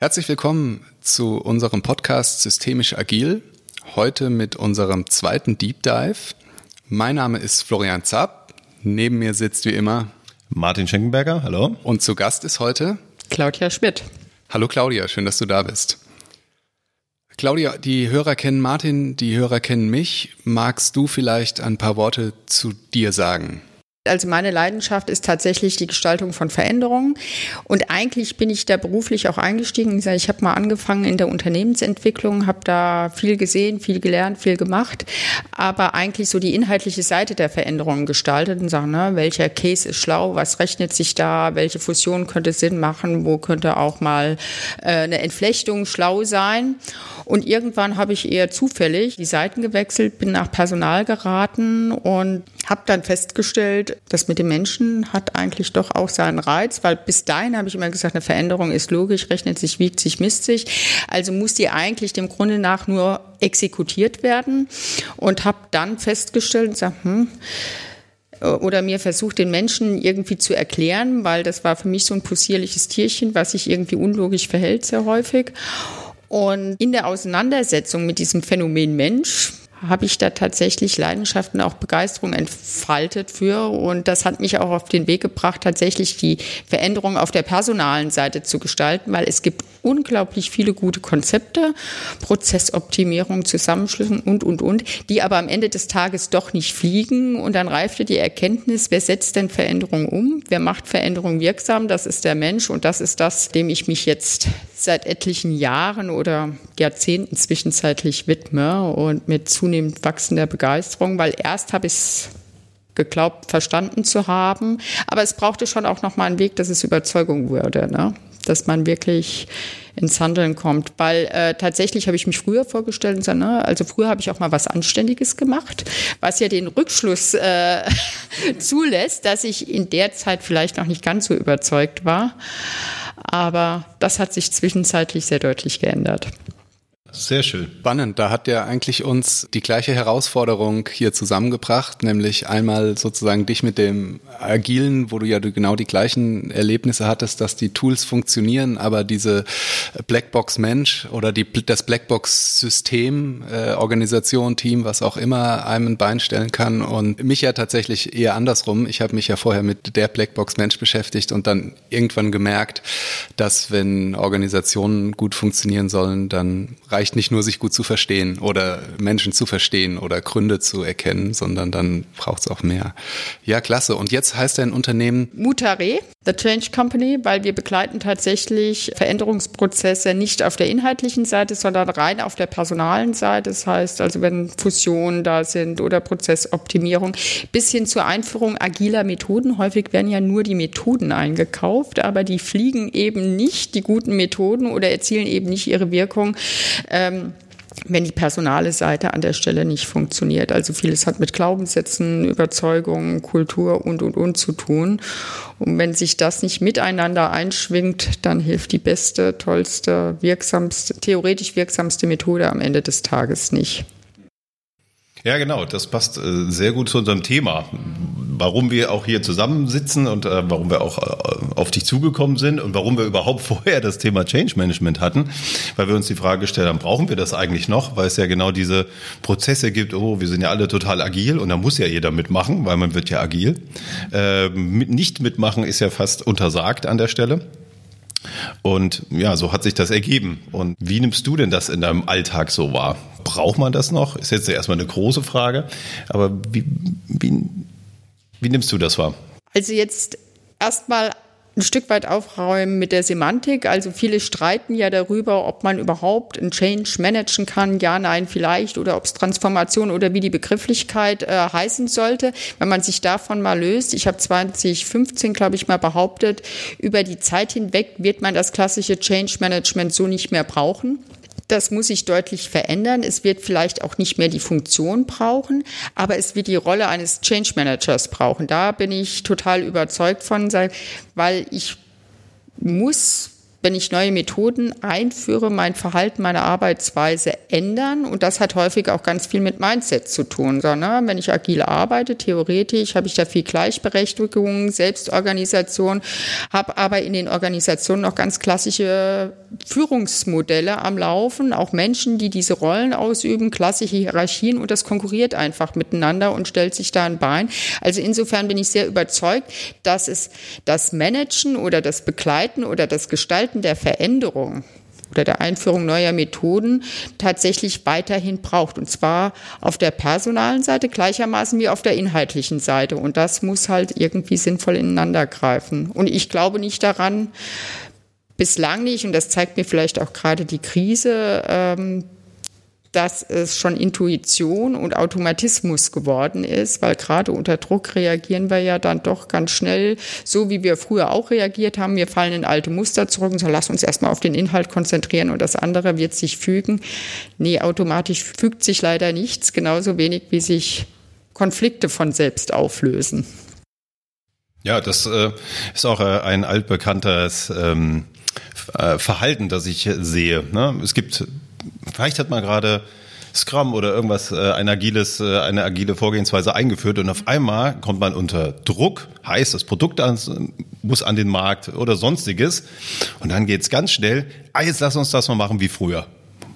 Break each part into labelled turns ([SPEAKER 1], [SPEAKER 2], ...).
[SPEAKER 1] Herzlich willkommen zu unserem Podcast Systemisch Agil. Heute mit unserem zweiten Deep Dive. Mein Name ist Florian Zapp. Neben mir sitzt wie immer
[SPEAKER 2] Martin Schenkenberger, hallo.
[SPEAKER 1] Und zu Gast ist heute
[SPEAKER 3] Claudia Schmidt.
[SPEAKER 1] Hallo Claudia, schön, dass du da bist. Claudia, die Hörer kennen Martin, die Hörer kennen mich. Magst du vielleicht ein paar Worte zu dir sagen?
[SPEAKER 3] Also meine Leidenschaft ist tatsächlich die Gestaltung von Veränderungen und eigentlich bin ich da beruflich auch eingestiegen. Ich habe mal angefangen in der Unternehmensentwicklung, habe da viel gesehen, viel gelernt, viel gemacht, aber eigentlich so die inhaltliche Seite der Veränderungen gestaltet und sagen, welcher Case ist schlau, was rechnet sich da, welche Fusion könnte Sinn machen, wo könnte auch mal eine Entflechtung schlau sein. Und irgendwann habe ich eher zufällig die Seiten gewechselt, bin nach Personal geraten und habe dann festgestellt, das mit dem Menschen hat eigentlich doch auch seinen Reiz, weil bis dahin habe ich immer gesagt, eine Veränderung ist logisch, rechnet sich, wiegt sich, misst sich. Also muss die eigentlich dem Grunde nach nur exekutiert werden und habe dann festgestellt und gesagt, oder mir versucht, den Menschen irgendwie zu erklären, weil das war für mich so ein possierliches Tierchen, was sich irgendwie unlogisch verhält sehr häufig. Und in der Auseinandersetzung mit diesem Phänomen Mensch habe ich da tatsächlich Leidenschaften, auch Begeisterung entfaltet für. Und das hat mich auch auf den Weg gebracht, tatsächlich die Veränderung auf der personalen Seite zu gestalten, weil es gibt unglaublich viele gute Konzepte, Prozessoptimierung, Zusammenschlüssen und, die aber am Ende des Tages doch nicht fliegen. Und dann reifte die Erkenntnis, wer setzt denn Veränderung um? Wer macht Veränderung wirksam? Das ist der Mensch und das ist das, dem ich mich jetzt seit etlichen Jahren oder Jahrzehnten zwischenzeitlich widme und mit zunehmend wachsender Begeisterung, weil erst habe ich es geglaubt, verstanden zu haben, aber es brauchte schon auch noch mal einen Weg, dass es Überzeugung wurde, dass man wirklich ins Handeln kommt, weil tatsächlich habe ich mich früher vorgestellt und gesagt, also früher habe ich auch mal was Anständiges gemacht, was ja den Rückschluss zulässt, dass ich in der Zeit vielleicht noch nicht ganz so überzeugt war, aber das hat sich zwischenzeitlich sehr deutlich geändert.
[SPEAKER 2] Sehr schön.
[SPEAKER 1] Spannend, da hat ja eigentlich uns die gleiche Herausforderung hier zusammengebracht, nämlich einmal sozusagen dich mit dem Agilen, wo du ja genau die gleichen Erlebnisse hattest, dass die Tools funktionieren, aber diese Blackbox Mensch oder das Blackbox System, Organisation, Team, was auch immer einem ein Bein stellen kann und mich ja tatsächlich eher andersrum. Ich habe mich ja vorher mit der Blackbox Mensch beschäftigt und dann irgendwann gemerkt, dass wenn Organisationen gut funktionieren sollen, dann reicht nicht nur, sich gut zu verstehen oder Menschen zu verstehen oder Gründe zu erkennen, sondern dann braucht es auch mehr. Ja, klasse. Und jetzt heißt dein Unternehmen
[SPEAKER 3] Mutare, The Change Company, weil wir begleiten tatsächlich Veränderungsprozesse nicht auf der inhaltlichen Seite, sondern rein auf der personalen Seite. Das heißt also, wenn Fusionen da sind oder Prozessoptimierung, bis hin zur Einführung agiler Methoden. Häufig werden ja nur die Methoden eingekauft, aber die fliegen eben nicht, die guten Methoden, oder erzielen eben nicht ihre Wirkung, wenn die personale Seite an der Stelle nicht funktioniert. Also vieles hat mit Glaubenssätzen, Überzeugungen, Kultur und zu tun. Und wenn sich das nicht miteinander einschwingt, dann hilft die beste, tollste, wirksamste, theoretisch wirksamste Methode am Ende des Tages nicht.
[SPEAKER 2] Ja, genau, das passt sehr gut zu unserem Thema, warum wir auch hier zusammensitzen und warum wir auch auf dich zugekommen sind und warum wir überhaupt vorher das Thema Change Management hatten, weil wir uns die Frage gestellt haben, brauchen wir das eigentlich noch, weil es ja genau diese Prozesse gibt, wir sind ja alle total agil und da muss ja jeder mitmachen, weil man wird ja agil. Nicht mitmachen ist ja fast untersagt an der Stelle. Und ja, so hat sich das ergeben. Und wie nimmst du denn das in deinem Alltag so wahr? Braucht man das noch? Ist jetzt erstmal eine große Frage. Aber wie nimmst du das wahr?
[SPEAKER 3] Also jetzt erstmal ein Stück weit aufräumen mit der Semantik. Also viele streiten ja darüber, ob man überhaupt einen Change managen kann. Ja, nein, vielleicht. Oder ob es Transformation oder wie die Begrifflichkeit heißen sollte. Wenn man sich davon mal löst. Ich habe 2015, glaube ich, mal behauptet, über die Zeit hinweg wird man das klassische Change Management so nicht mehr brauchen. Das muss sich deutlich verändern. Es wird vielleicht auch nicht mehr die Funktion brauchen, aber es wird die Rolle eines Change Managers brauchen. Da bin ich total überzeugt von, weil ich muss wenn ich neue Methoden einführe, mein Verhalten, meine Arbeitsweise ändern. Und das hat häufig auch ganz viel mit Mindset zu tun. Sondern wenn ich agil arbeite, theoretisch habe ich da viel Gleichberechtigung, Selbstorganisation, habe aber in den Organisationen noch ganz klassische Führungsmodelle am Laufen, auch Menschen, die diese Rollen ausüben, klassische Hierarchien, und das konkurriert einfach miteinander und stellt sich da ein Bein. Also insofern bin ich sehr überzeugt, dass es das Managen oder das Begleiten oder das Gestalten der Veränderung oder der Einführung neuer Methoden tatsächlich weiterhin braucht. Und zwar auf der personalen Seite gleichermaßen wie auf der inhaltlichen Seite. Und das muss halt irgendwie sinnvoll ineinander greifen. Und ich glaube nicht daran, bislang nicht, und das zeigt mir vielleicht auch gerade die Krise, dass es schon Intuition und Automatismus geworden ist, weil gerade unter Druck reagieren wir ja dann doch ganz schnell, so wie wir früher auch reagiert haben. Wir fallen in alte Muster zurück und sagen, lass uns erstmal auf den Inhalt konzentrieren und das andere wird sich fügen. Nee, automatisch fügt sich leider nichts, genauso wenig wie sich Konflikte von selbst auflösen.
[SPEAKER 2] Ja, das ist auch ein altbekanntes Verhalten, das ich sehe. Ne? Es gibt, vielleicht hat man gerade Scrum oder irgendwas, eine agile Vorgehensweise eingeführt und auf einmal kommt man unter Druck, heißt das Produkt muss an den Markt oder sonstiges und dann geht's ganz schnell, jetzt lass uns das mal machen wie früher.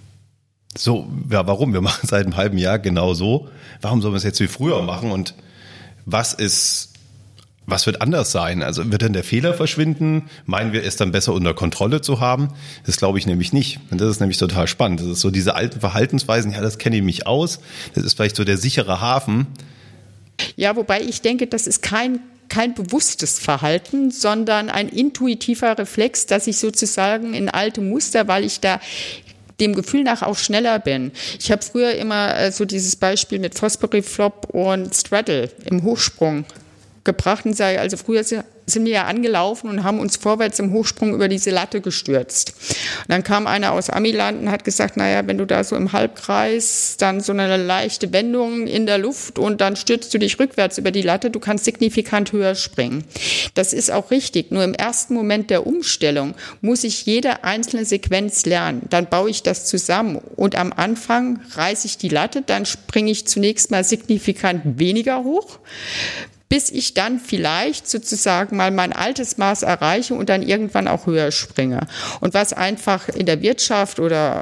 [SPEAKER 2] So, ja, warum? Wir machen seit einem halben Jahr genau so. Warum sollen wir es jetzt wie früher machen und was wird anders sein? Also wird dann der Fehler verschwinden? Meinen wir es dann besser unter Kontrolle zu haben? Das glaube ich nämlich nicht. Und das ist nämlich total spannend. Das ist so diese alten Verhaltensweisen, ja, das kenne ich mich aus. Das ist vielleicht so der sichere Hafen.
[SPEAKER 3] Ja, wobei ich denke, das ist kein bewusstes Verhalten, sondern ein intuitiver Reflex, dass ich sozusagen in alte Muster, weil ich da dem Gefühl nach auch schneller bin. Ich habe früher immer so dieses Beispiel mit Fosbury Flop und Straddle im Hochsprung gebracht und sage, also früher sind wir ja angelaufen und haben uns vorwärts im Hochsprung über diese Latte gestürzt. Und dann kam einer aus Amiland und hat gesagt, naja, wenn du da so im Halbkreis, dann so eine leichte Wendung in der Luft und dann stürzt du dich rückwärts über die Latte, du kannst signifikant höher springen. Das ist auch richtig, nur im ersten Moment der Umstellung muss ich jede einzelne Sequenz lernen. Dann baue ich das zusammen und am Anfang reiße ich die Latte, dann springe ich zunächst mal signifikant weniger hoch, bis ich dann vielleicht sozusagen mal mein altes Maß erreiche und dann irgendwann auch höher springe. Und was einfach in der Wirtschaft oder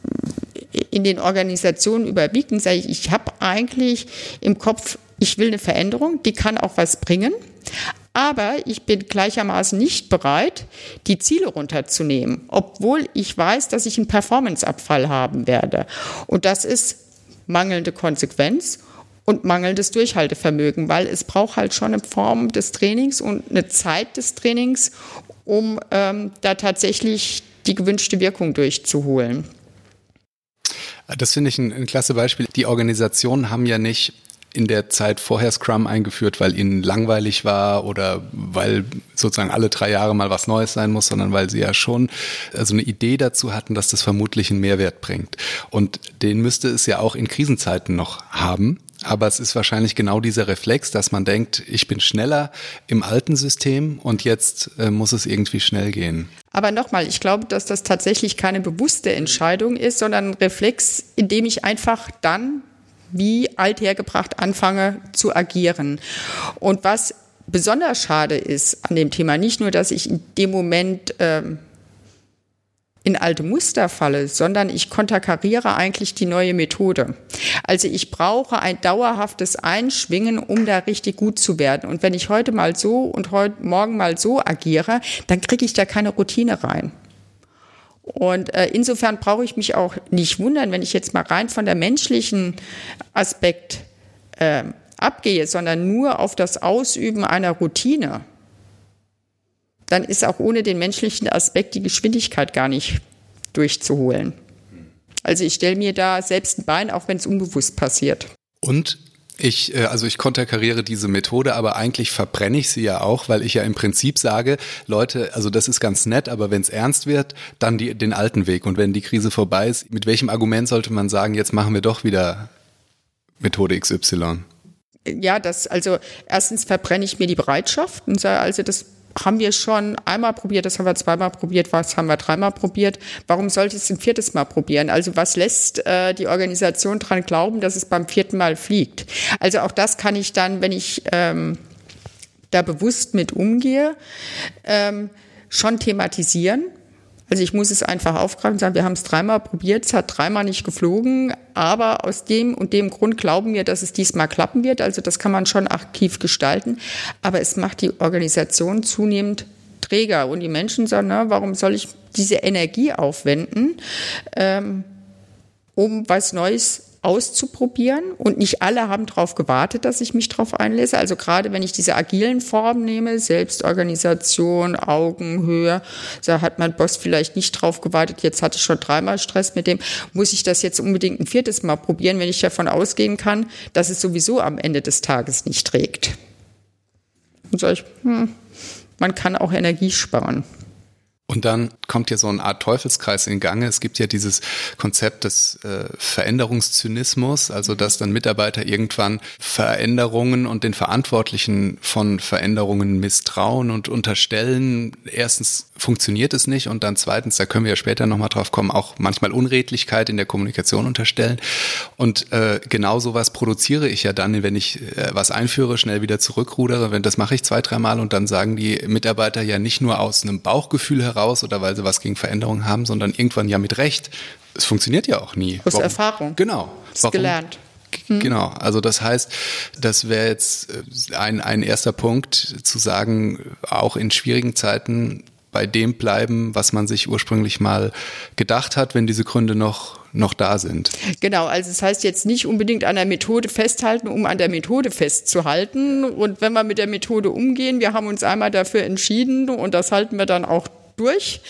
[SPEAKER 3] in den Organisationen überwiegt, sage ich habe eigentlich im Kopf, ich will eine Veränderung, die kann auch was bringen, aber ich bin gleichermaßen nicht bereit, die Ziele runterzunehmen, obwohl ich weiß, dass ich einen Performanceabfall haben werde. Und das ist mangelnde Konsequenz und mangelndes Durchhaltevermögen, weil es braucht halt schon eine Form des Trainings und eine Zeit des Trainings, um da tatsächlich die gewünschte Wirkung durchzuholen.
[SPEAKER 1] Das finde ich ein klasse Beispiel. Die Organisationen haben ja nicht in der Zeit vorher Scrum eingeführt, weil ihnen langweilig war oder weil sozusagen alle 3 Jahre mal was Neues sein muss, sondern weil sie ja schon also eine Idee dazu hatten, dass das vermutlich einen Mehrwert bringt. Und den müsste es ja auch in Krisenzeiten noch haben. Aber es ist wahrscheinlich genau dieser Reflex, dass man denkt, ich bin schneller im alten System und jetzt muss es irgendwie schnell gehen.
[SPEAKER 3] Aber nochmal, ich glaube, dass das tatsächlich keine bewusste Entscheidung ist, sondern ein Reflex, in dem ich einfach dann wie althergebracht anfange zu agieren. Und was besonders schade ist an dem Thema, nicht nur, dass ich in dem Moment in alte Muster falle, sondern ich konterkariere eigentlich die neue Methode. Also ich brauche ein dauerhaftes Einschwingen, um da richtig gut zu werden. Und wenn ich heute mal so und morgen mal so agiere, dann kriege ich da keine Routine rein. Und insofern brauche ich mich auch nicht wundern, wenn ich jetzt mal rein von der menschlichen Aspekt abgehe, sondern nur auf das Ausüben einer Routine. Dann ist auch ohne den menschlichen Aspekt die Geschwindigkeit gar nicht durchzuholen. Also ich stelle mir da selbst ein Bein, auch wenn es unbewusst passiert.
[SPEAKER 1] Und ich konterkariere diese Methode, aber eigentlich verbrenne ich sie ja auch, weil ich ja im Prinzip sage, Leute, also das ist ganz nett, aber wenn es ernst wird, dann den alten Weg. Und wenn die Krise vorbei ist, mit welchem Argument sollte man sagen, jetzt machen wir doch wieder Methode XY?
[SPEAKER 3] Ja, also erstens verbrenne ich mir die Bereitschaft und sage, also das haben wir schon einmal probiert, das haben wir zweimal probiert, was haben wir dreimal probiert. Warum sollte es ein viertes Mal probieren? Also was lässt die Organisation dran glauben, dass es beim vierten Mal fliegt? Also auch das kann ich dann, wenn ich da bewusst mit umgehe, schon thematisieren. Also ich muss es einfach aufgreifen und sagen, wir haben es dreimal probiert, es hat dreimal nicht geflogen, aber aus dem und dem Grund glauben wir, dass es diesmal klappen wird. Also das kann man schon aktiv gestalten, aber es macht die Organisation zunehmend träger und die Menschen sagen, na, warum soll ich diese Energie aufwenden, um was Neues auszuprobieren, und nicht alle haben darauf gewartet, dass ich mich darauf einlasse. Also gerade wenn ich diese agilen Formen nehme, Selbstorganisation, Augenhöhe, da hat mein Boss vielleicht nicht drauf gewartet, jetzt hatte ich schon dreimal Stress mit dem, muss ich das jetzt unbedingt ein viertes Mal probieren, wenn ich davon ausgehen kann, dass es sowieso am Ende des Tages nicht trägt. Und sage ich, man kann auch Energie sparen.
[SPEAKER 1] Und dann kommt ja so eine Art Teufelskreis in Gange. Es gibt ja dieses Konzept des Veränderungszynismus, also dass dann Mitarbeiter irgendwann Veränderungen und den Verantwortlichen von Veränderungen misstrauen und unterstellen, erstens funktioniert es nicht und dann zweitens, da können wir ja später nochmal drauf kommen, auch manchmal Unredlichkeit in der Kommunikation unterstellen. Und genau sowas produziere ich ja dann, wenn ich was einführe, schnell wieder zurückrudere. Das mache ich 2-3 Mal und dann sagen die Mitarbeiter ja nicht nur aus einem Bauchgefühl heraus oder weil sie was gegen Veränderungen haben, sondern irgendwann ja mit Recht. Es funktioniert ja auch nie.
[SPEAKER 3] Aus Erfahrung.
[SPEAKER 1] Genau.
[SPEAKER 3] Ist gelernt.
[SPEAKER 1] Genau, also das heißt, das wäre jetzt ein erster Punkt, zu sagen, auch in schwierigen Zeiten bei dem bleiben, was man sich ursprünglich mal gedacht hat, wenn diese Gründe noch da sind.
[SPEAKER 3] Genau, also das heißt jetzt nicht unbedingt an der Methode festhalten, um an der Methode festzuhalten. Und wenn wir mit der Methode umgehen, wir haben uns einmal dafür entschieden und das halten wir dann auch durch.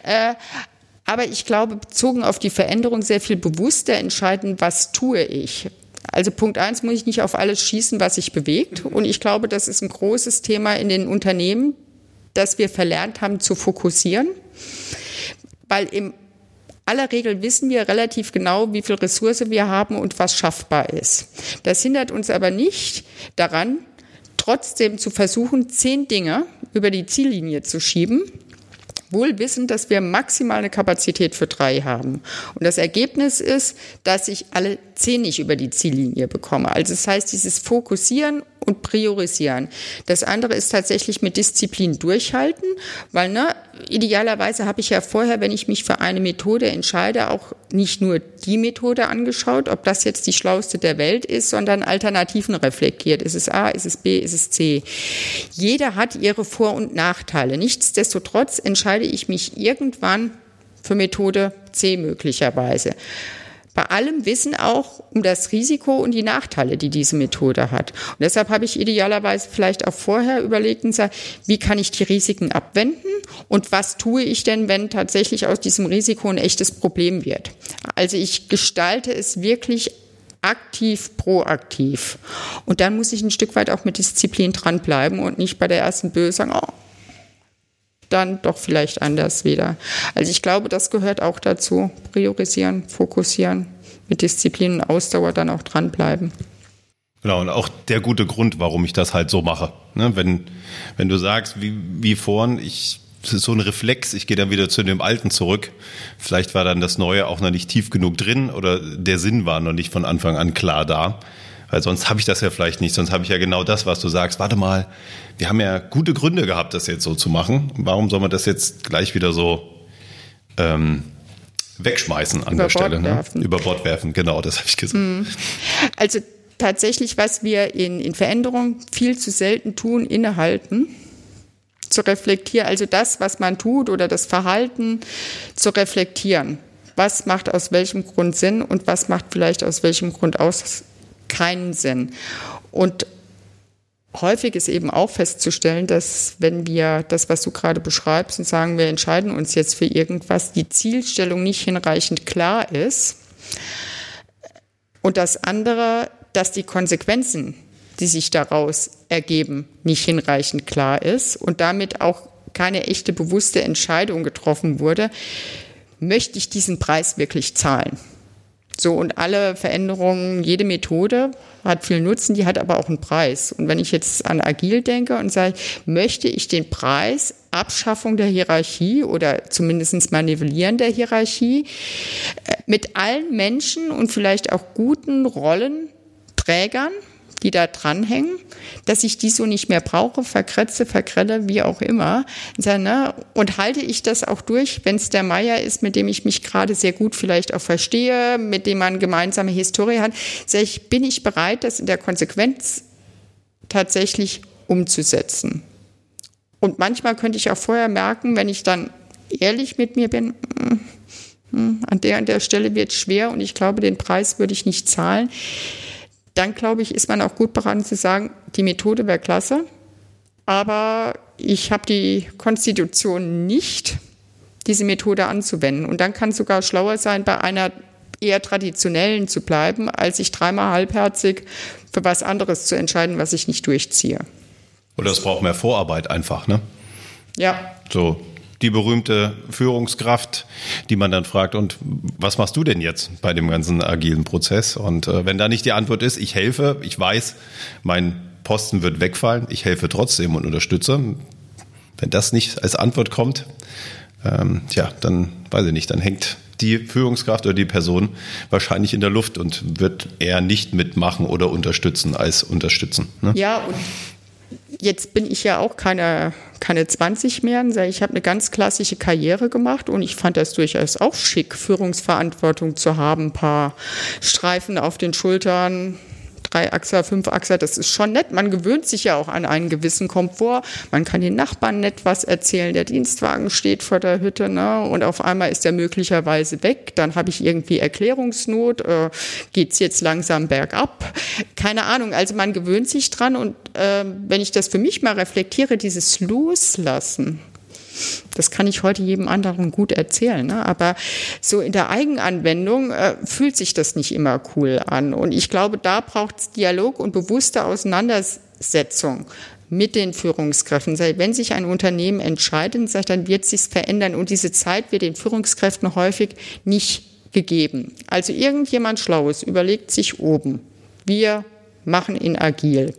[SPEAKER 3] Aber ich glaube, bezogen auf die Veränderung sehr viel bewusster entscheiden, was tue ich. Also Punkt 1 muss ich nicht auf alles schießen, was sich bewegt. Und ich glaube, das ist ein großes Thema in den Unternehmen, dass wir verlernt haben zu fokussieren. Weil in aller Regel wissen wir relativ genau, wie viel Ressource wir haben und was schaffbar ist. Das hindert uns aber nicht daran, trotzdem zu versuchen, 10 Dinge über die Ziellinie zu schieben, wohl wissend, dass wir maximal eine Kapazität für 3 haben. Und das Ergebnis ist, dass ich alle 10 nicht über die Ziellinie bekomme. Also das heißt, dieses Fokussieren und Priorisieren. Das andere ist tatsächlich mit Disziplin durchhalten, weil idealerweise habe ich ja vorher, wenn ich mich für eine Methode entscheide, auch nicht nur die Methode angeschaut, ob das jetzt die schlauste der Welt ist, sondern Alternativen reflektiert. Ist es A, ist es B, ist es C? Jeder hat ihre Vor- und Nachteile. Nichtsdestotrotz entscheide ich mich irgendwann für Methode C möglicherweise. Bei allem Wissen auch um das Risiko und die Nachteile, die diese Methode hat. Und deshalb habe ich idealerweise vielleicht auch vorher überlegt und gesagt, wie kann ich die Risiken abwenden und was tue ich denn, wenn tatsächlich aus diesem Risiko ein echtes Problem wird. Also ich gestalte es wirklich aktiv, proaktiv. Und dann muss ich ein Stück weit auch mit Disziplin dranbleiben und nicht bei der ersten Böse sagen, dann doch vielleicht anders wieder. Also ich glaube, das gehört auch dazu. Priorisieren, fokussieren, mit Disziplin und Ausdauer dann auch dranbleiben.
[SPEAKER 2] Genau, und auch der gute Grund, warum ich das halt so mache. Ne, wenn du sagst, wie vorhin, es ist so ein Reflex, ich gehe dann wieder zu dem Alten zurück. Vielleicht war dann das Neue auch noch nicht tief genug drin oder der Sinn war noch nicht von Anfang an klar da. Weil sonst habe ich das ja vielleicht nicht, sonst habe ich ja genau das, was du sagst. Warte mal, wir haben ja gute Gründe gehabt, das jetzt so zu machen. Warum soll man das jetzt gleich wieder so wegschmeißen an der Stelle?
[SPEAKER 3] Werfen.
[SPEAKER 2] Über Bord werfen, genau, das habe ich gesagt.
[SPEAKER 3] Also tatsächlich, was wir in Veränderung viel zu selten tun, innehalten, zu reflektieren. Also das, was man tut oder das Verhalten zu reflektieren. Was macht aus welchem Grund Sinn und was macht vielleicht aus welchem Grund keinen Sinn. Und häufig ist eben auch festzustellen, dass wenn wir das, was du gerade beschreibst und sagen, wir entscheiden uns jetzt für irgendwas, die Zielstellung nicht hinreichend klar ist und das andere, dass die Konsequenzen, die sich daraus ergeben, nicht hinreichend klar ist und damit auch keine echte bewusste Entscheidung getroffen wurde, möchte ich diesen Preis wirklich zahlen? So, und alle Veränderungen, jede Methode hat viel Nutzen, die hat aber auch einen Preis. Und wenn ich jetzt an Agil denke und sage, möchte ich den Preis Abschaffung der Hierarchie oder zumindest mal Nivellieren der Hierarchie mit allen Menschen und vielleicht auch guten Rollenträgern, die da dranhängen, dass ich die so nicht mehr brauche, verkretze, vergrelle, wie auch immer. Und halte ich das auch durch, wenn es der Meier ist, mit dem ich mich gerade sehr gut vielleicht auch verstehe, mit dem man gemeinsame Historie hat, sage ich, bin ich bereit, das in der Konsequenz tatsächlich umzusetzen. Und manchmal könnte ich auch vorher merken, wenn ich dann ehrlich mit mir bin, an der Stelle wird es schwer und ich glaube, den Preis würde ich nicht zahlen. Dann, glaube ich, ist man auch gut beraten zu sagen, die Methode wäre klasse, aber ich habe die Konstitution nicht, diese Methode anzuwenden. Und dann kann es sogar schlauer sein, bei einer eher traditionellen zu bleiben, als sich dreimal halbherzig für was anderes zu entscheiden, was ich nicht durchziehe.
[SPEAKER 2] Oder es braucht mehr Vorarbeit einfach, ne?
[SPEAKER 3] Ja.
[SPEAKER 2] So. Die berühmte Führungskraft, die man dann fragt, und was machst du denn jetzt bei dem ganzen agilen Prozess? Und wenn da nicht die Antwort ist, ich helfe, ich weiß, mein Posten wird wegfallen, ich helfe trotzdem und unterstütze. Wenn das nicht als Antwort kommt, dann weiß ich nicht, dann hängt die Führungskraft oder die Person wahrscheinlich in der Luft und wird eher nicht mitmachen oder unterstützen als unterstützen. Ne?
[SPEAKER 3] Ja, und jetzt bin ich ja auch keine 20 mehr. Ich habe eine ganz klassische Karriere gemacht und ich fand das durchaus auch schick, Führungsverantwortung zu haben, ein paar Streifen auf den Schultern, 3-Achser, 5-Achser, das ist schon nett. Man gewöhnt sich ja auch an einen gewissen Komfort. Man kann den Nachbarn nett was erzählen. Der Dienstwagen steht vor der Hütte, ne? Und auf einmal ist er möglicherweise weg. Dann habe ich irgendwie Erklärungsnot. Geht's jetzt langsam bergab? Keine Ahnung. Also man gewöhnt sich dran. Und wenn ich das für mich mal reflektiere, dieses Loslassen, das kann ich heute jedem anderen gut erzählen, ne? Aber so in der Eigenanwendung fühlt sich das nicht immer cool an. Und ich glaube, da braucht es Dialog und bewusste Auseinandersetzung mit den Führungskräften. Wenn sich ein Unternehmen entscheidet, dann wird es sich verändern. Und diese Zeit wird den Führungskräften häufig nicht gegeben. Also irgendjemand Schlaues überlegt sich oben, wir machen ihn agil.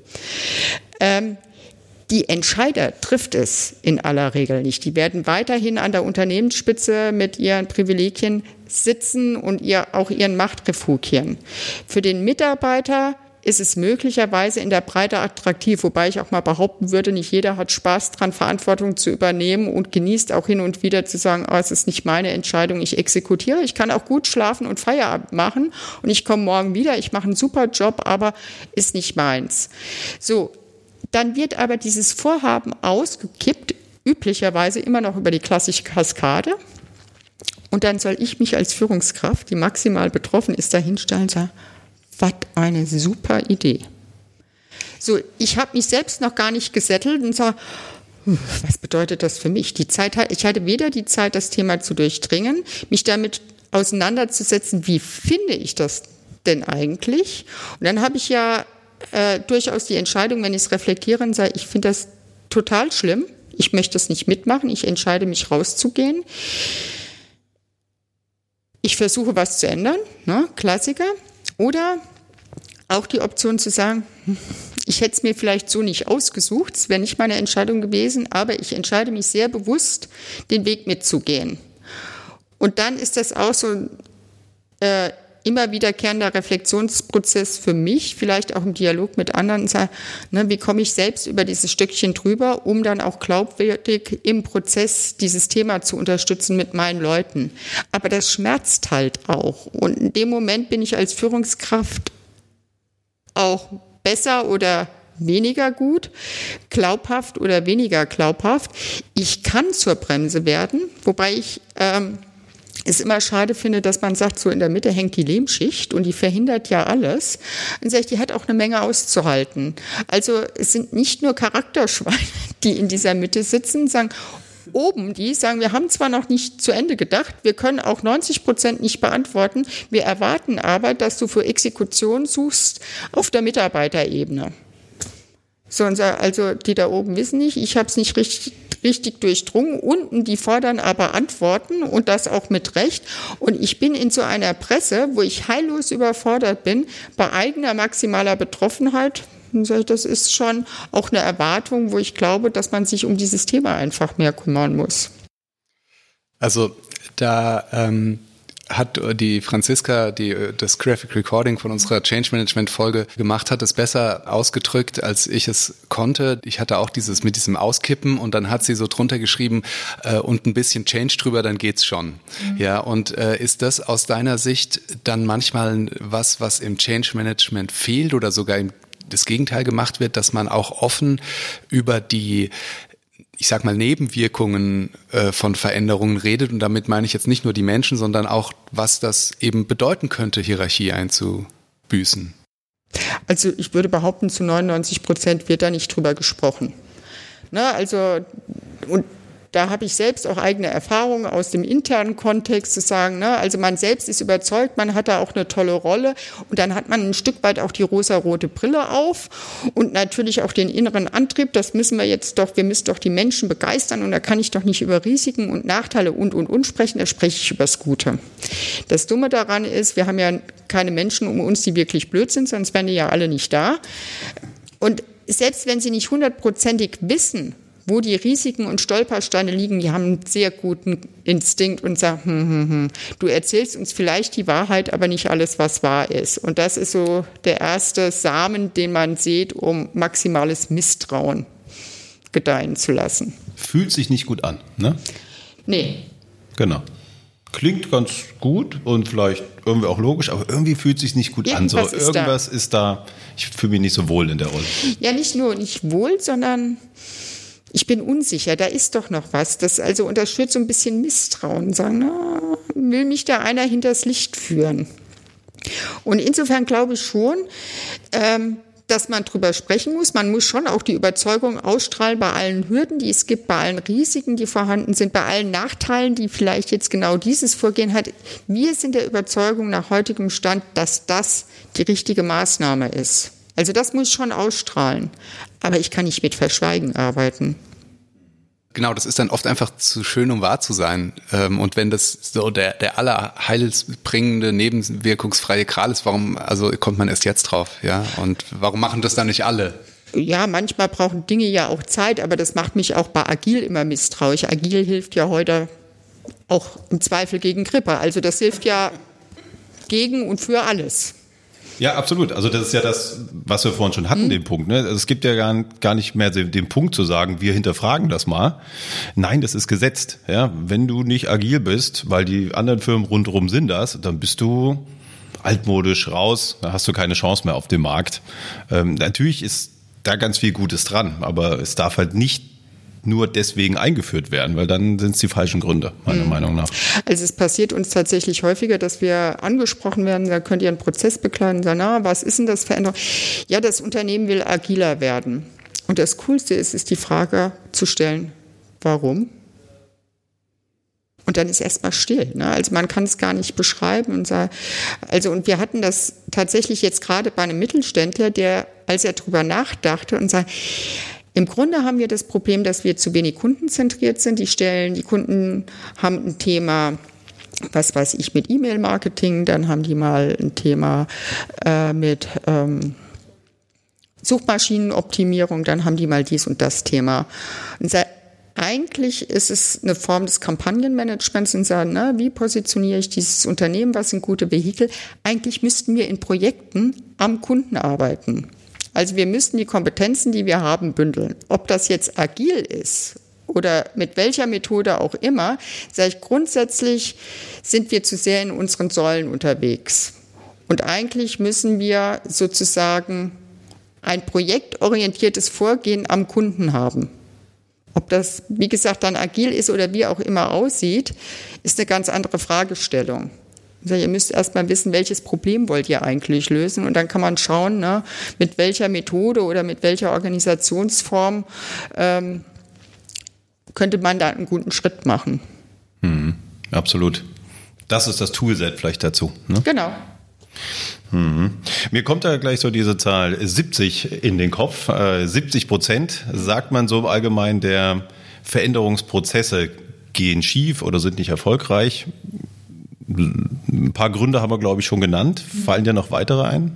[SPEAKER 3] Die Entscheider trifft es in aller Regel nicht. Die werden weiterhin an der Unternehmensspitze mit ihren Privilegien sitzen und auch ihren Machtrefugien. Für den Mitarbeiter ist es möglicherweise in der Breite attraktiv, wobei ich auch mal behaupten würde, nicht jeder hat Spaß dran, Verantwortung zu übernehmen und genießt auch hin und wieder zu sagen, es ist nicht meine Entscheidung, ich exekutiere. Ich kann auch gut schlafen und Feierabend machen und ich komme morgen wieder, ich mache einen super Job, aber ist nicht meins. So. Dann wird aber dieses Vorhaben ausgekippt, üblicherweise immer noch über die klassische Kaskade. Und dann soll ich mich als Führungskraft, die maximal betroffen ist, dahinstellen und sagen, was eine super Idee. So, ich habe mich selbst noch gar nicht gesettelt und sage, was bedeutet das für mich? Ich hatte weder die Zeit, das Thema zu durchdringen, mich damit auseinanderzusetzen, wie finde ich das denn eigentlich? Und dann habe ich ja durchaus die Entscheidung, wenn ich es reflektiere und sage, ich finde das total schlimm, ich möchte das nicht mitmachen, ich entscheide mich rauszugehen. Ich versuche was zu ändern, ne? Klassiker. Oder auch die Option zu sagen, ich hätte es mir vielleicht so nicht ausgesucht, es wäre nicht meine Entscheidung gewesen, aber ich entscheide mich sehr bewusst, den Weg mitzugehen. Und dann ist das auch so immer wiederkehrender Reflexionsprozess für mich, vielleicht auch im Dialog mit anderen, wie komme ich selbst über dieses Stückchen drüber, um dann auch glaubwürdig im Prozess dieses Thema zu unterstützen mit meinen Leuten. Aber das schmerzt halt auch. Und in dem Moment bin ich als Führungskraft auch besser oder weniger gut, glaubhaft oder weniger glaubhaft. Ich kann zur Bremse werden, wobei ich es immer schade finde, dass man sagt, so in der Mitte hängt die Lehmschicht und die verhindert ja alles. Und sage ich, die hat auch eine Menge auszuhalten. Also es sind nicht nur Charakterschweine, die in dieser Mitte sitzen, sagen, oben die sagen, wir haben zwar noch nicht zu Ende gedacht, wir können auch 90% nicht beantworten, wir erwarten aber, dass du für Exekution suchst auf der Mitarbeiterebene. So, und also die da oben wissen nicht, ich habe es nicht richtig durchdrungen. Unten, die fordern aber Antworten und das auch mit Recht. Und ich bin in so einer Presse, wo ich heillos überfordert bin, bei eigener maximaler Betroffenheit. Das ist schon auch eine Erwartung, wo ich glaube, dass man sich um dieses Thema einfach mehr kümmern muss.
[SPEAKER 1] Also da hat die Franziska, die das Graphic Recording von unserer Change Management Folge gemacht hat, es besser ausgedrückt, als ich es konnte. Ich hatte auch dieses mit diesem Auskippen und dann hat sie so drunter geschrieben und ein bisschen Change drüber, dann geht's schon. Ja, und ist das aus deiner Sicht dann manchmal was im Change Management fehlt oder sogar das Gegenteil gemacht wird, dass man auch offen über die, ich sag mal, Nebenwirkungen von Veränderungen redet, und damit meine ich jetzt nicht nur die Menschen, sondern auch, was das eben bedeuten könnte, Hierarchie einzubüßen?
[SPEAKER 3] Also ich würde behaupten, zu 99% wird da nicht drüber gesprochen. Ne, also, und da habe ich selbst auch eigene Erfahrungen aus dem internen Kontext zu sagen, ne, also man selbst ist überzeugt, man hat da auch eine tolle Rolle und dann hat man ein Stück weit auch die rosarote Brille auf und natürlich auch den inneren Antrieb, wir müssen doch die Menschen begeistern und da kann ich doch nicht über Risiken und Nachteile und sprechen, da spreche ich über das Gute. Das Dumme daran ist, wir haben ja keine Menschen um uns, die wirklich blöd sind, sonst wären die ja alle nicht da. Und selbst wenn sie nicht 100%ig wissen, wo die Risiken und Stolpersteine liegen, die haben einen sehr guten Instinkt und sagen, du erzählst uns vielleicht die Wahrheit, aber nicht alles, was wahr ist. Und das ist so der erste Samen, den man sieht, um maximales Misstrauen gedeihen zu lassen.
[SPEAKER 2] Fühlt sich nicht gut an, ne?
[SPEAKER 3] Nee.
[SPEAKER 2] Genau. Klingt ganz gut und vielleicht irgendwie auch logisch, aber irgendwie fühlt es sich nicht gut an. So, irgendwas ist da, ich fühle mich nicht so wohl in der Rolle.
[SPEAKER 3] Ja, nicht nur nicht wohl, sondern ich bin unsicher, da ist doch noch was. Und das schürt so ein bisschen Misstrauen. Sagen, will mich da einer hinters Licht führen? Und insofern glaube ich schon, dass man drüber sprechen muss. Man muss schon auch die Überzeugung ausstrahlen bei allen Hürden, die es gibt, bei allen Risiken, die vorhanden sind, bei allen Nachteilen, die vielleicht jetzt genau dieses Vorgehen hat. Wir sind der Überzeugung nach heutigem Stand, dass das die richtige Maßnahme ist. Also das muss schon ausstrahlen. Aber ich kann nicht mit Verschweigen arbeiten.
[SPEAKER 1] Genau, das ist dann oft einfach zu schön, um wahr zu sein. Und wenn das so der allerheilsbringende, nebenwirkungsfreie Gral ist, warum kommt man erst jetzt drauf? Ja? Und warum machen das dann nicht alle?
[SPEAKER 3] Ja, manchmal brauchen Dinge ja auch Zeit, aber das macht mich auch bei Agil immer misstrauisch. Agil hilft ja heute auch im Zweifel gegen Grippe. Also das hilft ja gegen und für alles.
[SPEAKER 2] Ja, absolut. Also das ist ja das, was wir vorhin schon hatten, den Punkt. Ne? Also es gibt ja gar nicht mehr den Punkt zu sagen, wir hinterfragen das mal. Nein, das ist gesetzt. Ja? Wenn du nicht agil bist, weil die anderen Firmen rundherum sind das, dann bist du altmodisch raus, da hast du keine Chance mehr auf dem Markt. Natürlich ist da ganz viel Gutes dran, aber es darf halt nicht nur deswegen eingeführt werden, weil dann sind es die falschen Gründe, meiner Meinung nach.
[SPEAKER 3] Also es passiert uns tatsächlich häufiger, dass wir angesprochen werden, da könnt ihr einen Prozess begleiten, sagen, was ist denn das Veränderung? Ja, das Unternehmen will agiler werden. Und das Coolste ist die Frage zu stellen, warum? Und dann ist erstmal still. Ne? Also man kann es gar nicht beschreiben. Und wir hatten das tatsächlich jetzt gerade bei einem Mittelständler, der, als er drüber nachdachte und sagt, im Grunde haben wir das Problem, dass wir zu wenig kundenzentriert sind. Die Kunden haben ein Thema, was weiß ich, mit E-Mail-Marketing, dann haben die mal ein Thema mit Suchmaschinenoptimierung, dann haben die mal dies und das Thema. Und eigentlich ist es eine Form des Kampagnenmanagements und sagen, wie positioniere ich dieses Unternehmen, was sind gute Vehikel? Eigentlich müssten wir in Projekten am Kunden arbeiten. Also wir müssten die Kompetenzen, die wir haben, bündeln. Ob das jetzt agil ist oder mit welcher Methode auch immer, sage ich, grundsätzlich sind wir zu sehr in unseren Säulen unterwegs. Und eigentlich müssen wir sozusagen ein projektorientiertes Vorgehen am Kunden haben. Ob das, wie gesagt, dann agil ist oder wie auch immer aussieht, ist eine ganz andere Fragestellung. Also ihr müsst erstmal wissen, welches Problem wollt ihr eigentlich lösen und dann kann man schauen, mit welcher Methode oder mit welcher Organisationsform könnte man da einen guten Schritt machen.
[SPEAKER 2] Absolut. Das ist das Toolset vielleicht dazu. Ne?
[SPEAKER 3] Genau.
[SPEAKER 2] Mir kommt da gleich so diese Zahl 70 in den Kopf. 70% sagt man so im Allgemeinen der Veränderungsprozesse gehen schief oder sind nicht erfolgreich. Ein paar Gründe haben wir, glaube ich, schon genannt. Fallen dir noch weitere ein?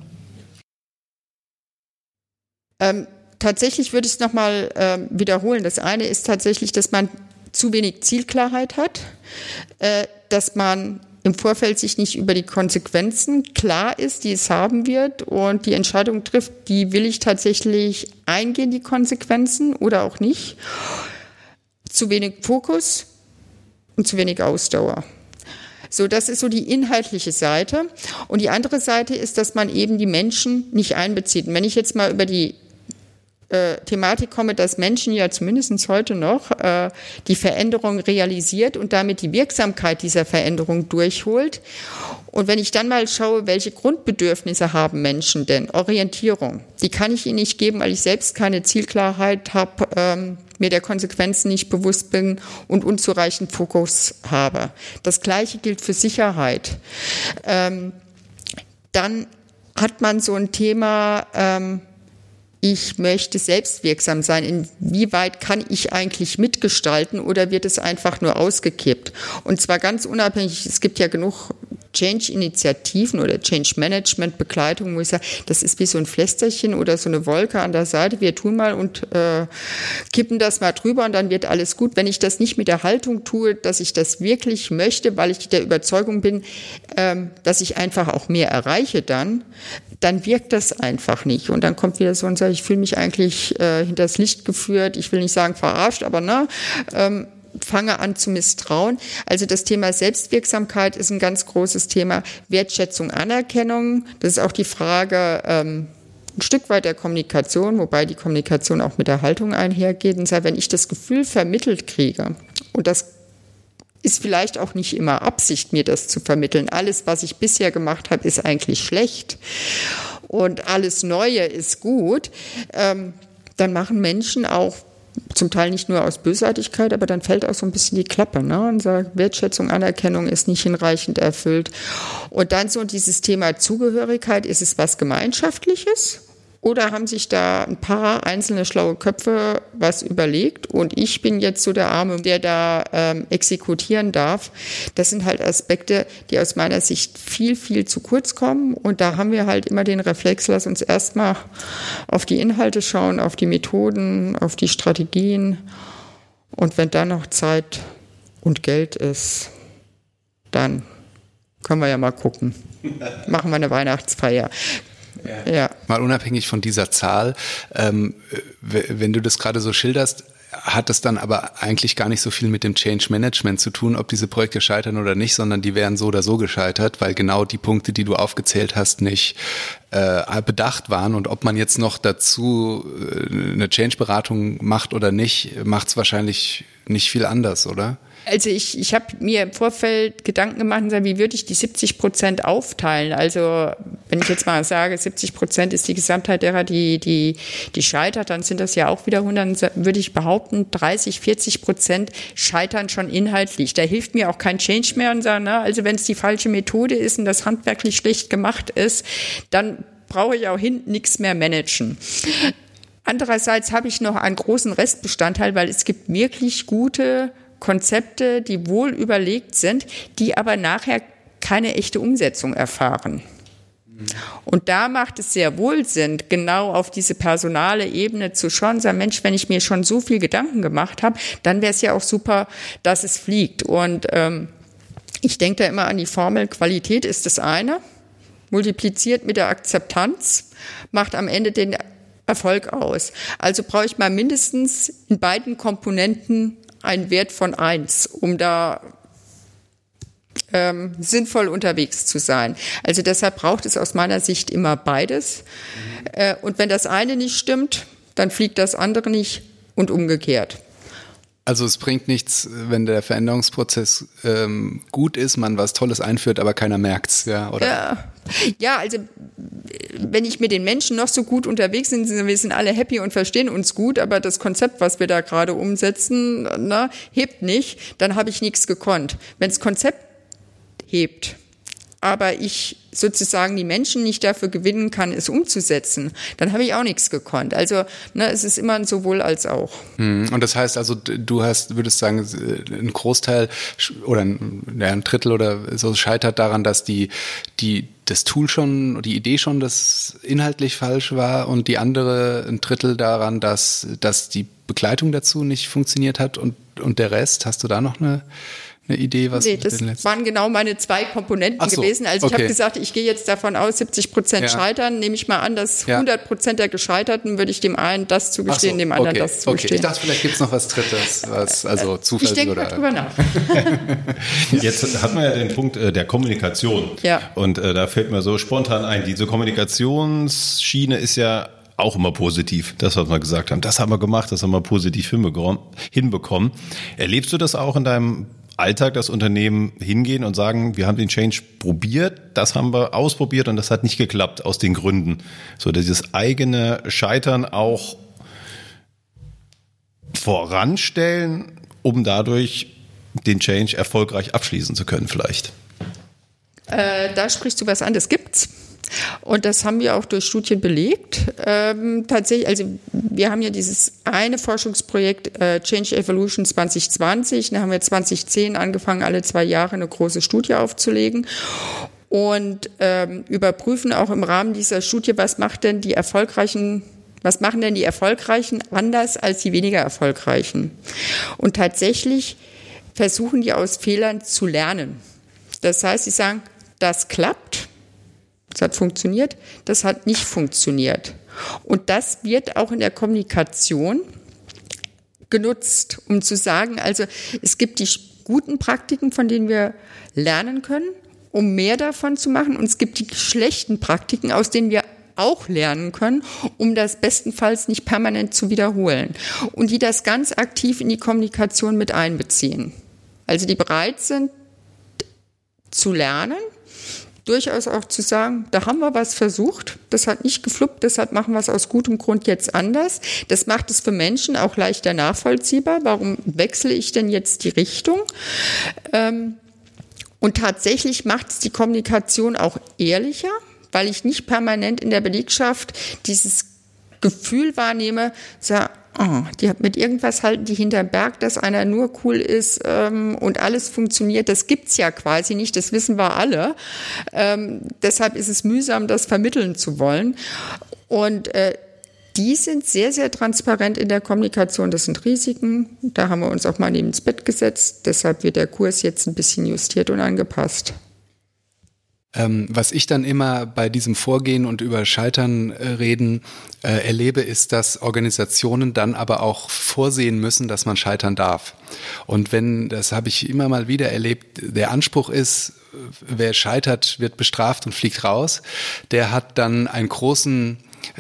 [SPEAKER 3] Tatsächlich würde ich es nochmal wiederholen. Das eine ist tatsächlich, dass man zu wenig Zielklarheit hat, dass man im Vorfeld sich nicht über die Konsequenzen klar ist, die es haben wird und die Entscheidung trifft, die will ich tatsächlich eingehen, die Konsequenzen oder auch nicht. Zu wenig Fokus und zu wenig Ausdauer. So, das ist so die inhaltliche Seite. Und die andere Seite ist, dass man eben die Menschen nicht einbezieht. Und wenn ich jetzt mal über die Thematik komme, dass Menschen ja zumindest heute noch die Veränderung realisiert und damit die Wirksamkeit dieser Veränderung durchholt. Und wenn ich dann mal schaue, welche Grundbedürfnisse haben Menschen denn? Orientierung, die kann ich ihnen nicht geben, weil ich selbst keine Zielklarheit habe, mir der Konsequenzen nicht bewusst bin und unzureichend Fokus habe. Das Gleiche gilt für Sicherheit. Dann hat man so ein Thema, ich möchte selbstwirksam sein. Inwieweit kann ich eigentlich mitgestalten oder wird es einfach nur ausgekippt? Und zwar ganz unabhängig, es gibt ja genug Change-Initiativen oder Change-Management-Begleitung, wo ich sage, das ist wie so ein Pflästerchen oder so eine Wolke an der Seite. Wir tun mal und kippen das mal drüber und dann wird alles gut. Wenn ich das nicht mit der Haltung tue, dass ich das wirklich möchte, weil ich der Überzeugung bin, dass ich einfach auch mehr erreiche dann wirkt das einfach nicht. Und dann kommt wieder so und sagt, ich fühle mich eigentlich hinters Licht geführt. Ich will nicht sagen verarscht, aber fange an zu misstrauen. Also das Thema Selbstwirksamkeit ist ein ganz großes Thema. Wertschätzung, Anerkennung, das ist auch die Frage ein Stück weit der Kommunikation, wobei die Kommunikation auch mit der Haltung einhergeht. Und wenn ich das Gefühl vermittelt kriege, und das ist vielleicht auch nicht immer Absicht, mir das zu vermitteln. Alles, was ich bisher gemacht habe, ist eigentlich schlecht und alles Neue ist gut. Dann machen Menschen auch zum Teil nicht nur aus Bösartigkeit, aber dann fällt auch so ein bisschen die Klappe, ne? Und sagt, Wertschätzung, Anerkennung ist nicht hinreichend erfüllt. Und dann so dieses Thema Zugehörigkeit, ist es was Gemeinschaftliches? Oder haben sich da ein paar einzelne schlaue Köpfe was überlegt und ich bin jetzt so der Arme, der da exekutieren darf. Das sind halt Aspekte, die aus meiner Sicht viel, viel zu kurz kommen. Und da haben wir halt immer den Reflex, lass uns erstmal auf die Inhalte schauen, auf die Methoden, auf die Strategien. Und wenn da noch Zeit und Geld ist, dann können wir ja mal gucken. Machen wir eine Weihnachtsfeier. Ja.
[SPEAKER 1] Mal unabhängig von dieser Zahl, wenn du das gerade so schilderst, hat das dann aber eigentlich gar nicht so viel mit dem Change Management zu tun, ob diese Projekte scheitern oder nicht, sondern die wären so oder so gescheitert, weil genau die Punkte, die du aufgezählt hast, nicht bedacht waren. Und ob man jetzt noch dazu eine Change-Beratung macht oder nicht, macht es wahrscheinlich nicht viel anders, oder?
[SPEAKER 3] Also ich habe mir im Vorfeld Gedanken gemacht und gesagt, wie würde ich die 70% aufteilen? Also wenn ich jetzt mal sage, 70% ist die Gesamtheit derer, die scheitert, dann sind das ja auch wieder 100, dann würde ich behaupten, 30-40% scheitern schon inhaltlich. Da hilft mir auch kein Change mehr und sagen, also wenn es die falsche Methode ist und das handwerklich schlecht gemacht ist, dann brauche ich auch hinten nichts mehr managen. Andererseits habe ich noch einen großen Restbestandteil, weil es gibt wirklich gute Konzepte, die wohl überlegt sind, die aber nachher keine echte Umsetzung erfahren. Und da macht es sehr wohl Sinn, genau auf diese personale Ebene zu schauen, sagen, Mensch, wenn ich mir schon so viel Gedanken gemacht habe, dann wäre es ja auch super, dass es fliegt. Und ich denke da immer an die Formel, Qualität ist das eine, multipliziert mit der Akzeptanz, macht am Ende den Erfolg aus. Also brauche ich mal mindestens in beiden Komponenten einen Wert von 1, um da sinnvoll unterwegs zu sein. Also deshalb braucht es aus meiner Sicht immer beides. Und wenn das eine nicht stimmt, dann fliegt das andere nicht und umgekehrt.
[SPEAKER 1] Also es bringt nichts, wenn der Veränderungsprozess gut ist, man was Tolles einführt, aber keiner merkt's, ja, oder?
[SPEAKER 3] Ja, also wenn ich mit den Menschen noch so gut unterwegs bin, wir sind alle happy und verstehen uns gut, aber das Konzept, was wir da gerade umsetzen, hebt nicht, dann habe ich nichts gekonnt. Wenn das Konzept hebt, aber ich sozusagen die Menschen nicht dafür gewinnen kann, es umzusetzen, dann habe ich auch nichts gekonnt. Also es ist immer ein sowohl als auch.
[SPEAKER 1] Und das heißt also, würdest sagen, ein Großteil oder ein Drittel oder so scheitert daran, dass das Tool schon, die Idee schon das inhaltlich falsch war und die andere ein Drittel daran, dass die Begleitung dazu nicht funktioniert hat und der Rest, hast du da noch eine Idee, was?
[SPEAKER 3] Nee, das waren genau meine 2 Komponenten gewesen. Also ich habe gesagt, ich gehe jetzt davon aus, 70% scheitern. Nehme ich mal an, dass 100% der Gescheiterten würde ich dem einen das zugestehen, dem anderen das zugestehen.
[SPEAKER 1] Ich dachte, vielleicht gibt es noch was Drittes, also Zufall.
[SPEAKER 3] Ich denke mal drüber nach.
[SPEAKER 2] Jetzt hat man ja den Punkt der Kommunikation. Ja. Und da fällt mir so spontan ein, diese Kommunikationsschiene ist ja auch immer positiv, das, was wir gesagt haben. Das haben wir gemacht, das haben wir positiv hinbekommen. Erlebst du das auch in deinem Alltag, dass Unternehmen hingehen und sagen, wir haben den Change probiert, das haben wir ausprobiert und das hat nicht geklappt aus den Gründen. So dieses eigene Scheitern auch voranstellen, um dadurch den Change erfolgreich abschließen zu können vielleicht?
[SPEAKER 3] Da sprichst du was an, das gibt's. Und das haben wir auch durch Studien belegt. Tatsächlich, also wir haben ja dieses eine Forschungsprojekt Change Evolution 2020, da haben wir 2010 angefangen, alle 2 Jahre eine große Studie aufzulegen und überprüfen auch im Rahmen dieser Studie, was machen denn die Erfolgreichen anders als die weniger Erfolgreichen. Und tatsächlich versuchen die aus Fehlern zu lernen. Das heißt, sie sagen, das klappt. Das hat funktioniert, das hat nicht funktioniert. Und das wird auch in der Kommunikation genutzt, um zu sagen, also es gibt die guten Praktiken, von denen wir lernen können, um mehr davon zu machen. Und es gibt die schlechten Praktiken, aus denen wir auch lernen können, um das bestenfalls nicht permanent zu wiederholen. Und die das ganz aktiv in die Kommunikation mit einbeziehen. Also die bereit sind zu lernen, durchaus auch zu sagen, da haben wir was versucht, das hat nicht gefluppt, deshalb machen wir es aus gutem Grund jetzt anders. Das macht es für Menschen auch leichter nachvollziehbar. Warum wechsle ich denn jetzt die Richtung? Und tatsächlich macht es die Kommunikation auch ehrlicher, weil ich nicht permanent in der Belegschaft dieses Gefühl wahrnehme, die hat mit irgendwas halten die hinterm Berg, dass einer nur cool ist und alles funktioniert. Das gibt's ja quasi nicht, das wissen wir alle. Deshalb ist es mühsam, das vermitteln zu wollen. Und die sind sehr, sehr transparent in der Kommunikation. Das sind Risiken. Da haben wir uns auch mal neben ins Bett gesetzt. Deshalb wird der Kurs jetzt ein bisschen justiert und angepasst.
[SPEAKER 1] Was ich dann immer bei diesem Vorgehen und über Scheitern reden erlebe, ist, dass Organisationen dann aber auch vorsehen müssen, dass man scheitern darf. Und das habe ich immer mal wieder erlebt, der Anspruch ist, wer scheitert, wird bestraft und fliegt raus. Der hat dann einen großen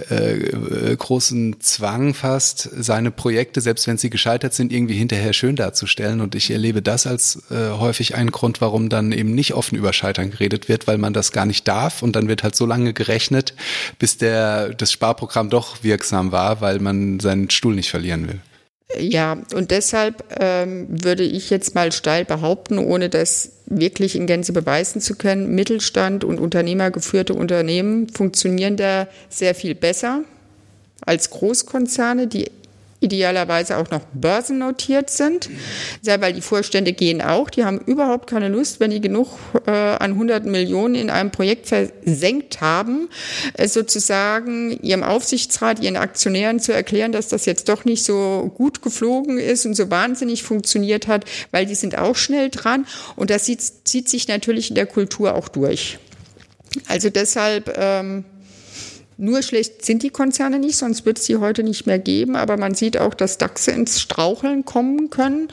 [SPEAKER 1] Zwang fast, seine Projekte, selbst wenn sie gescheitert sind, irgendwie hinterher schön darzustellen. Und ich erlebe das als häufig einen Grund, warum dann eben nicht offen über Scheitern geredet wird, weil man das gar nicht darf. Und dann wird halt so lange gerechnet, bis das Sparprogramm doch wirksam war, weil man seinen Stuhl nicht verlieren will.
[SPEAKER 3] Ja, und deshalb würde ich jetzt mal steil behaupten, ohne das wirklich in Gänze beweisen zu können, Mittelstand und unternehmergeführte Unternehmen funktionieren da sehr viel besser als Großkonzerne, die idealerweise auch noch börsennotiert sind, weil die Vorstände gehen auch, die haben überhaupt keine Lust, wenn die genug an 100 Millionen in einem Projekt versenkt haben, sozusagen ihrem Aufsichtsrat, ihren Aktionären zu erklären, dass das jetzt doch nicht so gut geflogen ist und so wahnsinnig funktioniert hat, weil die sind auch schnell dran und das zieht sich natürlich in der Kultur auch durch. Also deshalb nur schlecht sind die Konzerne nicht, sonst wird es sie heute nicht mehr geben. Aber man sieht auch, dass DAXe ins Straucheln kommen können.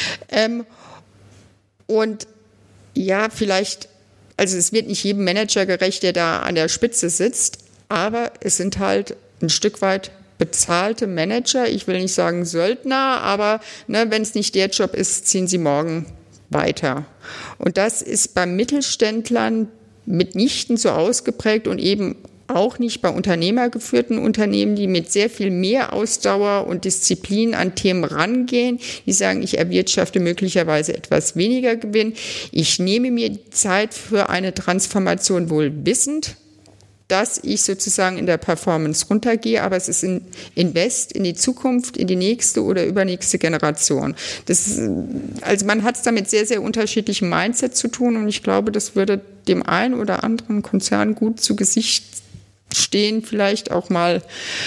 [SPEAKER 3] Und ja, vielleicht, also es wird nicht jedem Manager gerecht, der da an der Spitze sitzt. Aber es sind halt ein Stück weit bezahlte Manager. Ich will nicht sagen Söldner, aber wenn es nicht der Job ist, ziehen sie morgen weiter. Und das ist bei Mittelständlern mitnichten so ausgeprägt und eben auch nicht bei unternehmergeführten Unternehmen, die mit sehr viel mehr Ausdauer und Disziplin an Themen rangehen, die sagen, ich erwirtschafte möglicherweise etwas weniger Gewinn. Ich nehme mir die Zeit für eine Transformation, wohl wissend, dass ich sozusagen in der Performance runtergehe, aber es ist ein Invest in die Zukunft, in die nächste oder übernächste Generation. Also man hat es da mit sehr, sehr unterschiedlichem Mindset zu tun und ich glaube, das würde dem einen oder anderen Konzern gut zu Gesicht stehen, vielleicht auch mal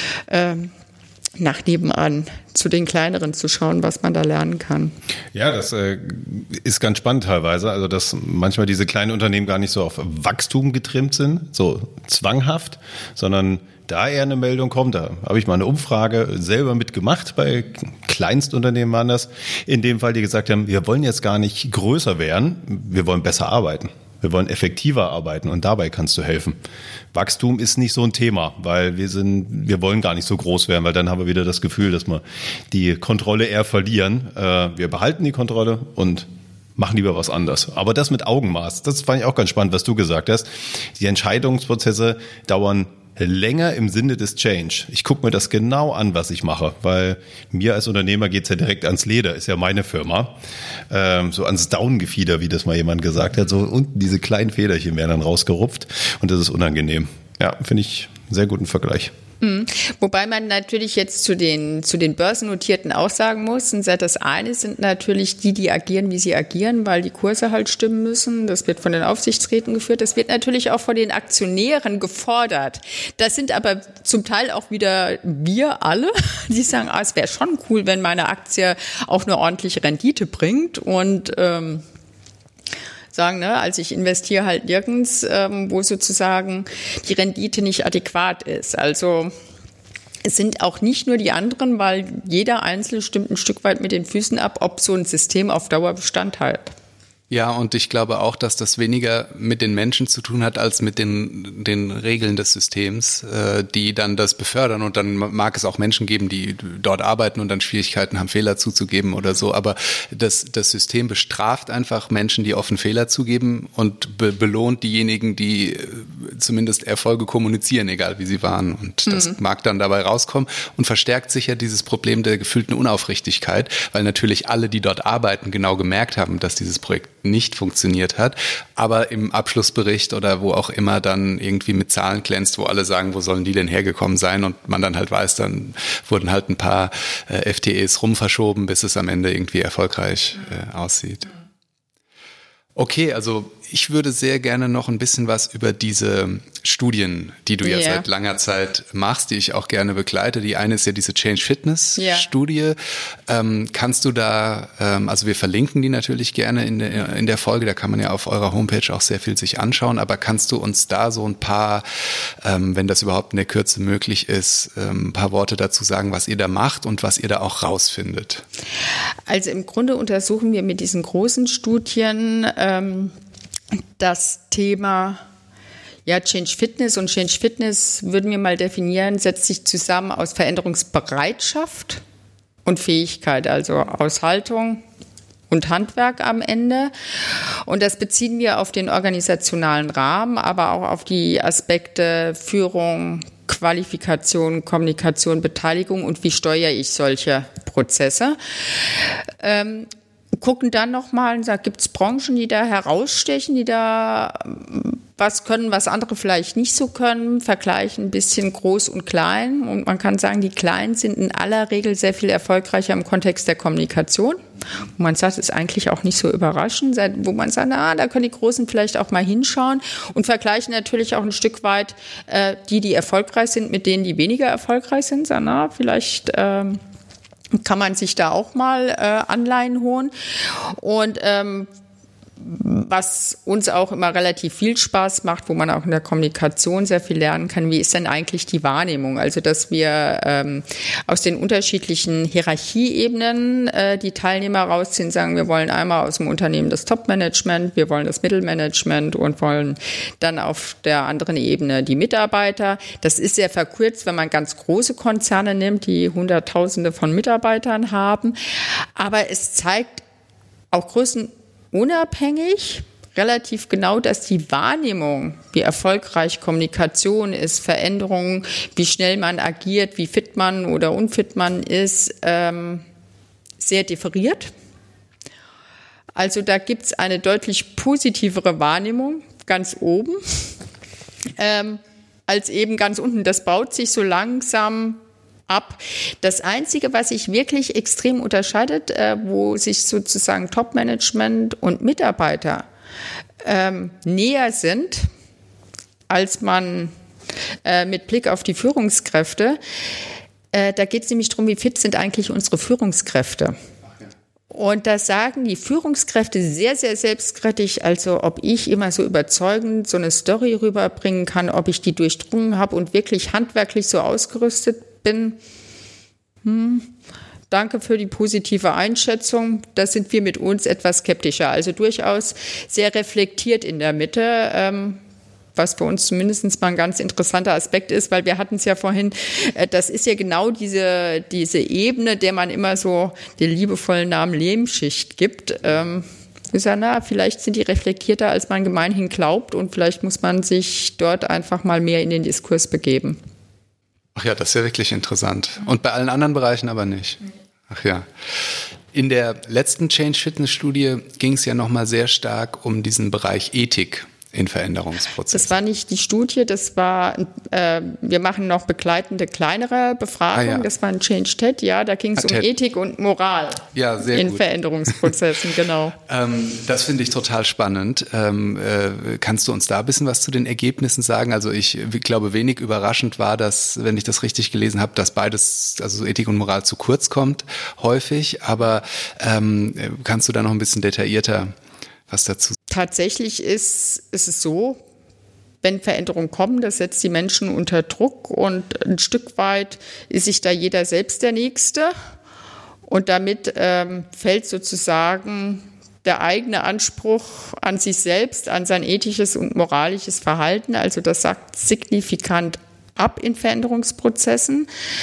[SPEAKER 3] nach nebenan zu den kleineren zu schauen, was man da lernen kann.
[SPEAKER 2] Ja, das ist ganz spannend teilweise, also dass manchmal diese kleinen Unternehmen gar nicht so auf Wachstum getrimmt sind, so zwanghaft, sondern da eher eine Meldung kommt. Da habe ich mal eine Umfrage selber mitgemacht, bei Kleinstunternehmen waren das, in dem Fall, die gesagt haben, wir wollen jetzt gar nicht größer werden, wir wollen besser arbeiten. Wir wollen effektiver arbeiten und dabei kannst du helfen. Wachstum ist nicht so ein Thema, weil wir wollen gar nicht so groß werden, weil dann haben wir wieder das Gefühl, dass wir die Kontrolle eher verlieren. Wir behalten die Kontrolle und machen lieber was anderes. Aber das mit Augenmaß, das fand ich auch ganz spannend, was du gesagt hast. Die Entscheidungsprozesse dauern länger im Sinne des Change. Ich gucke mir das genau an, was ich mache, weil mir als Unternehmer geht's ja direkt ans Leder, ist ja meine Firma. So ans Downgefieder, wie das mal jemand gesagt hat. So unten diese kleinen Federchen werden dann rausgerupft und das ist unangenehm. Ja, finde ich einen sehr guten Vergleich.
[SPEAKER 3] Wobei man natürlich jetzt zu den Börsennotierten auch sagen muss, und das eine sind natürlich die agieren, wie sie agieren, weil die Kurse halt stimmen müssen. Das wird von den Aufsichtsräten geführt. Das wird natürlich auch von den Aktionären gefordert. Das sind aber zum Teil auch wieder wir alle, die sagen, es wäre schon cool, wenn meine Aktie auch eine ordentliche Rendite bringt und sagen, also ich investiere halt nirgends, wo sozusagen die Rendite nicht adäquat ist. Also es sind auch nicht nur die anderen, weil jeder Einzelne stimmt ein Stück weit mit den Füßen ab, ob so ein System auf Dauer Bestand hat.
[SPEAKER 1] Ja, und ich glaube auch, dass das weniger mit den Menschen zu tun hat, als mit den Regeln des Systems, die dann das befördern. Und dann mag es auch Menschen geben, die dort arbeiten und dann Schwierigkeiten haben, Fehler zuzugeben oder so. Aber das System bestraft einfach Menschen, die offen Fehler zugeben und belohnt diejenigen, die zumindest Erfolge kommunizieren, egal wie sie waren. Und das mag dann dabei rauskommen und verstärkt sicher dieses Problem der gefühlten Unaufrichtigkeit, weil natürlich alle, die dort arbeiten, genau gemerkt haben, dass dieses Projekt nicht funktioniert hat, aber im Abschlussbericht oder wo auch immer dann irgendwie mit Zahlen glänzt, wo alle sagen, wo sollen die denn hergekommen sein und man dann halt weiß, dann wurden halt ein paar FTEs rumverschoben, bis es am Ende irgendwie erfolgreich aussieht. Okay, also ich würde sehr gerne noch ein bisschen was über diese Studien, die du ja seit langer Zeit machst, die ich auch gerne begleite. Die eine ist ja diese Change Fitness Studie. Kannst du da, also wir verlinken die natürlich gerne in der Folge, da kann man ja auf eurer Homepage auch sehr viel sich anschauen, aber kannst du uns da so ein paar, wenn das überhaupt in der Kürze möglich ist, ein paar Worte dazu sagen, was ihr da macht und was ihr da auch rausfindet?
[SPEAKER 3] Also im Grunde untersuchen wir mit diesen großen Studien das Thema Change Fitness. Und Change Fitness würden wir mal definieren, setzt sich zusammen aus Veränderungsbereitschaft und Fähigkeit, also Aushaltung und Handwerk am Ende. Und das beziehen wir auf den organisationalen Rahmen, aber auch auf die Aspekte Führung, Qualifikation, Kommunikation, Beteiligung und wie steuere ich solche Prozesse. Gucken dann nochmal und sagen, gibt es Branchen, die da herausstechen, die da was können, was andere vielleicht nicht so können, vergleichen ein bisschen groß und klein. Und man kann sagen, die Kleinen sind in aller Regel sehr viel erfolgreicher im Kontext der Kommunikation. Und man sagt, es ist eigentlich auch nicht so überraschend, wo man sagt, da können die Großen vielleicht auch mal hinschauen und vergleichen natürlich auch ein Stück weit die erfolgreich sind, mit denen, die weniger erfolgreich sind. Sagen, vielleicht kann man sich da auch mal Anleihen holen. Und was uns auch immer relativ viel Spaß macht, wo man auch in der Kommunikation sehr viel lernen kann, wie ist denn eigentlich die Wahrnehmung? Also, dass wir aus den unterschiedlichen Hierarchieebenen die Teilnehmer rausziehen, sagen, wir wollen einmal aus dem Unternehmen das Top-Management, wir wollen das Mittelmanagement und wollen dann auf der anderen Ebene die Mitarbeiter. Das ist sehr verkürzt, wenn man ganz große Konzerne nimmt, die Hunderttausende von Mitarbeitern haben. Aber es zeigt auch unabhängig relativ genau, dass die Wahrnehmung, wie erfolgreich Kommunikation ist, Veränderungen, wie schnell man agiert, wie fit man oder unfit man ist, sehr differiert. Also da gibt es eine deutlich positivere Wahrnehmung ganz oben als eben ganz unten. Das baut sich so langsam ab. Das Einzige, was sich wirklich extrem unterscheidet, wo sich sozusagen Top-Management und Mitarbeiter näher sind, als man mit Blick auf die Führungskräfte, da geht es nämlich darum, wie fit sind eigentlich unsere Führungskräfte. Und da sagen die Führungskräfte sehr, sehr selbstkritisch, also ob ich immer so überzeugend so eine Story rüberbringen kann, ob ich die durchdrungen habe und wirklich handwerklich so ausgerüstet bin. Danke für die positive Einschätzung. Da sind wir mit uns etwas skeptischer. Also durchaus sehr reflektiert in der Mitte, was für uns zumindest mal ein ganz interessanter Aspekt ist, weil wir hatten es ja vorhin, das ist ja genau diese Ebene, der man immer so den liebevollen Namen Lehmschicht gibt. Ich sage, vielleicht sind die reflektierter, als man gemeinhin glaubt und vielleicht muss man sich dort einfach mal mehr in den Diskurs begeben.
[SPEAKER 1] Ach ja, das ist ja wirklich interessant. Und bei allen anderen Bereichen aber nicht. Ach ja. In der letzten Change-Fitness-Studie ging es ja nochmal sehr stark um diesen Bereich Ethik in Veränderungsprozessen.
[SPEAKER 3] Das war nicht die Studie, das war, wir machen noch begleitende kleinere Befragungen, ja. Das war ein Change-TED, ja, da ging es um Ethik und Moral in Veränderungsprozessen, genau.
[SPEAKER 1] Das finde ich total spannend. Kannst du uns da ein bisschen was zu den Ergebnissen sagen? Also ich glaube, wenig überraschend war das, wenn ich das richtig gelesen habe, dass beides, also Ethik und Moral zu kurz kommt, häufig, aber kannst du da noch ein bisschen detaillierter was dazu?
[SPEAKER 3] Tatsächlich ist es so, wenn Veränderungen kommen, das setzt die Menschen unter Druck und ein Stück weit ist sich da jeder selbst der Nächste und damit fällt sozusagen der eigene Anspruch an sich selbst, an sein ethisches und moralisches Verhalten, also das sagt signifikant ab in Veränderungsprozessen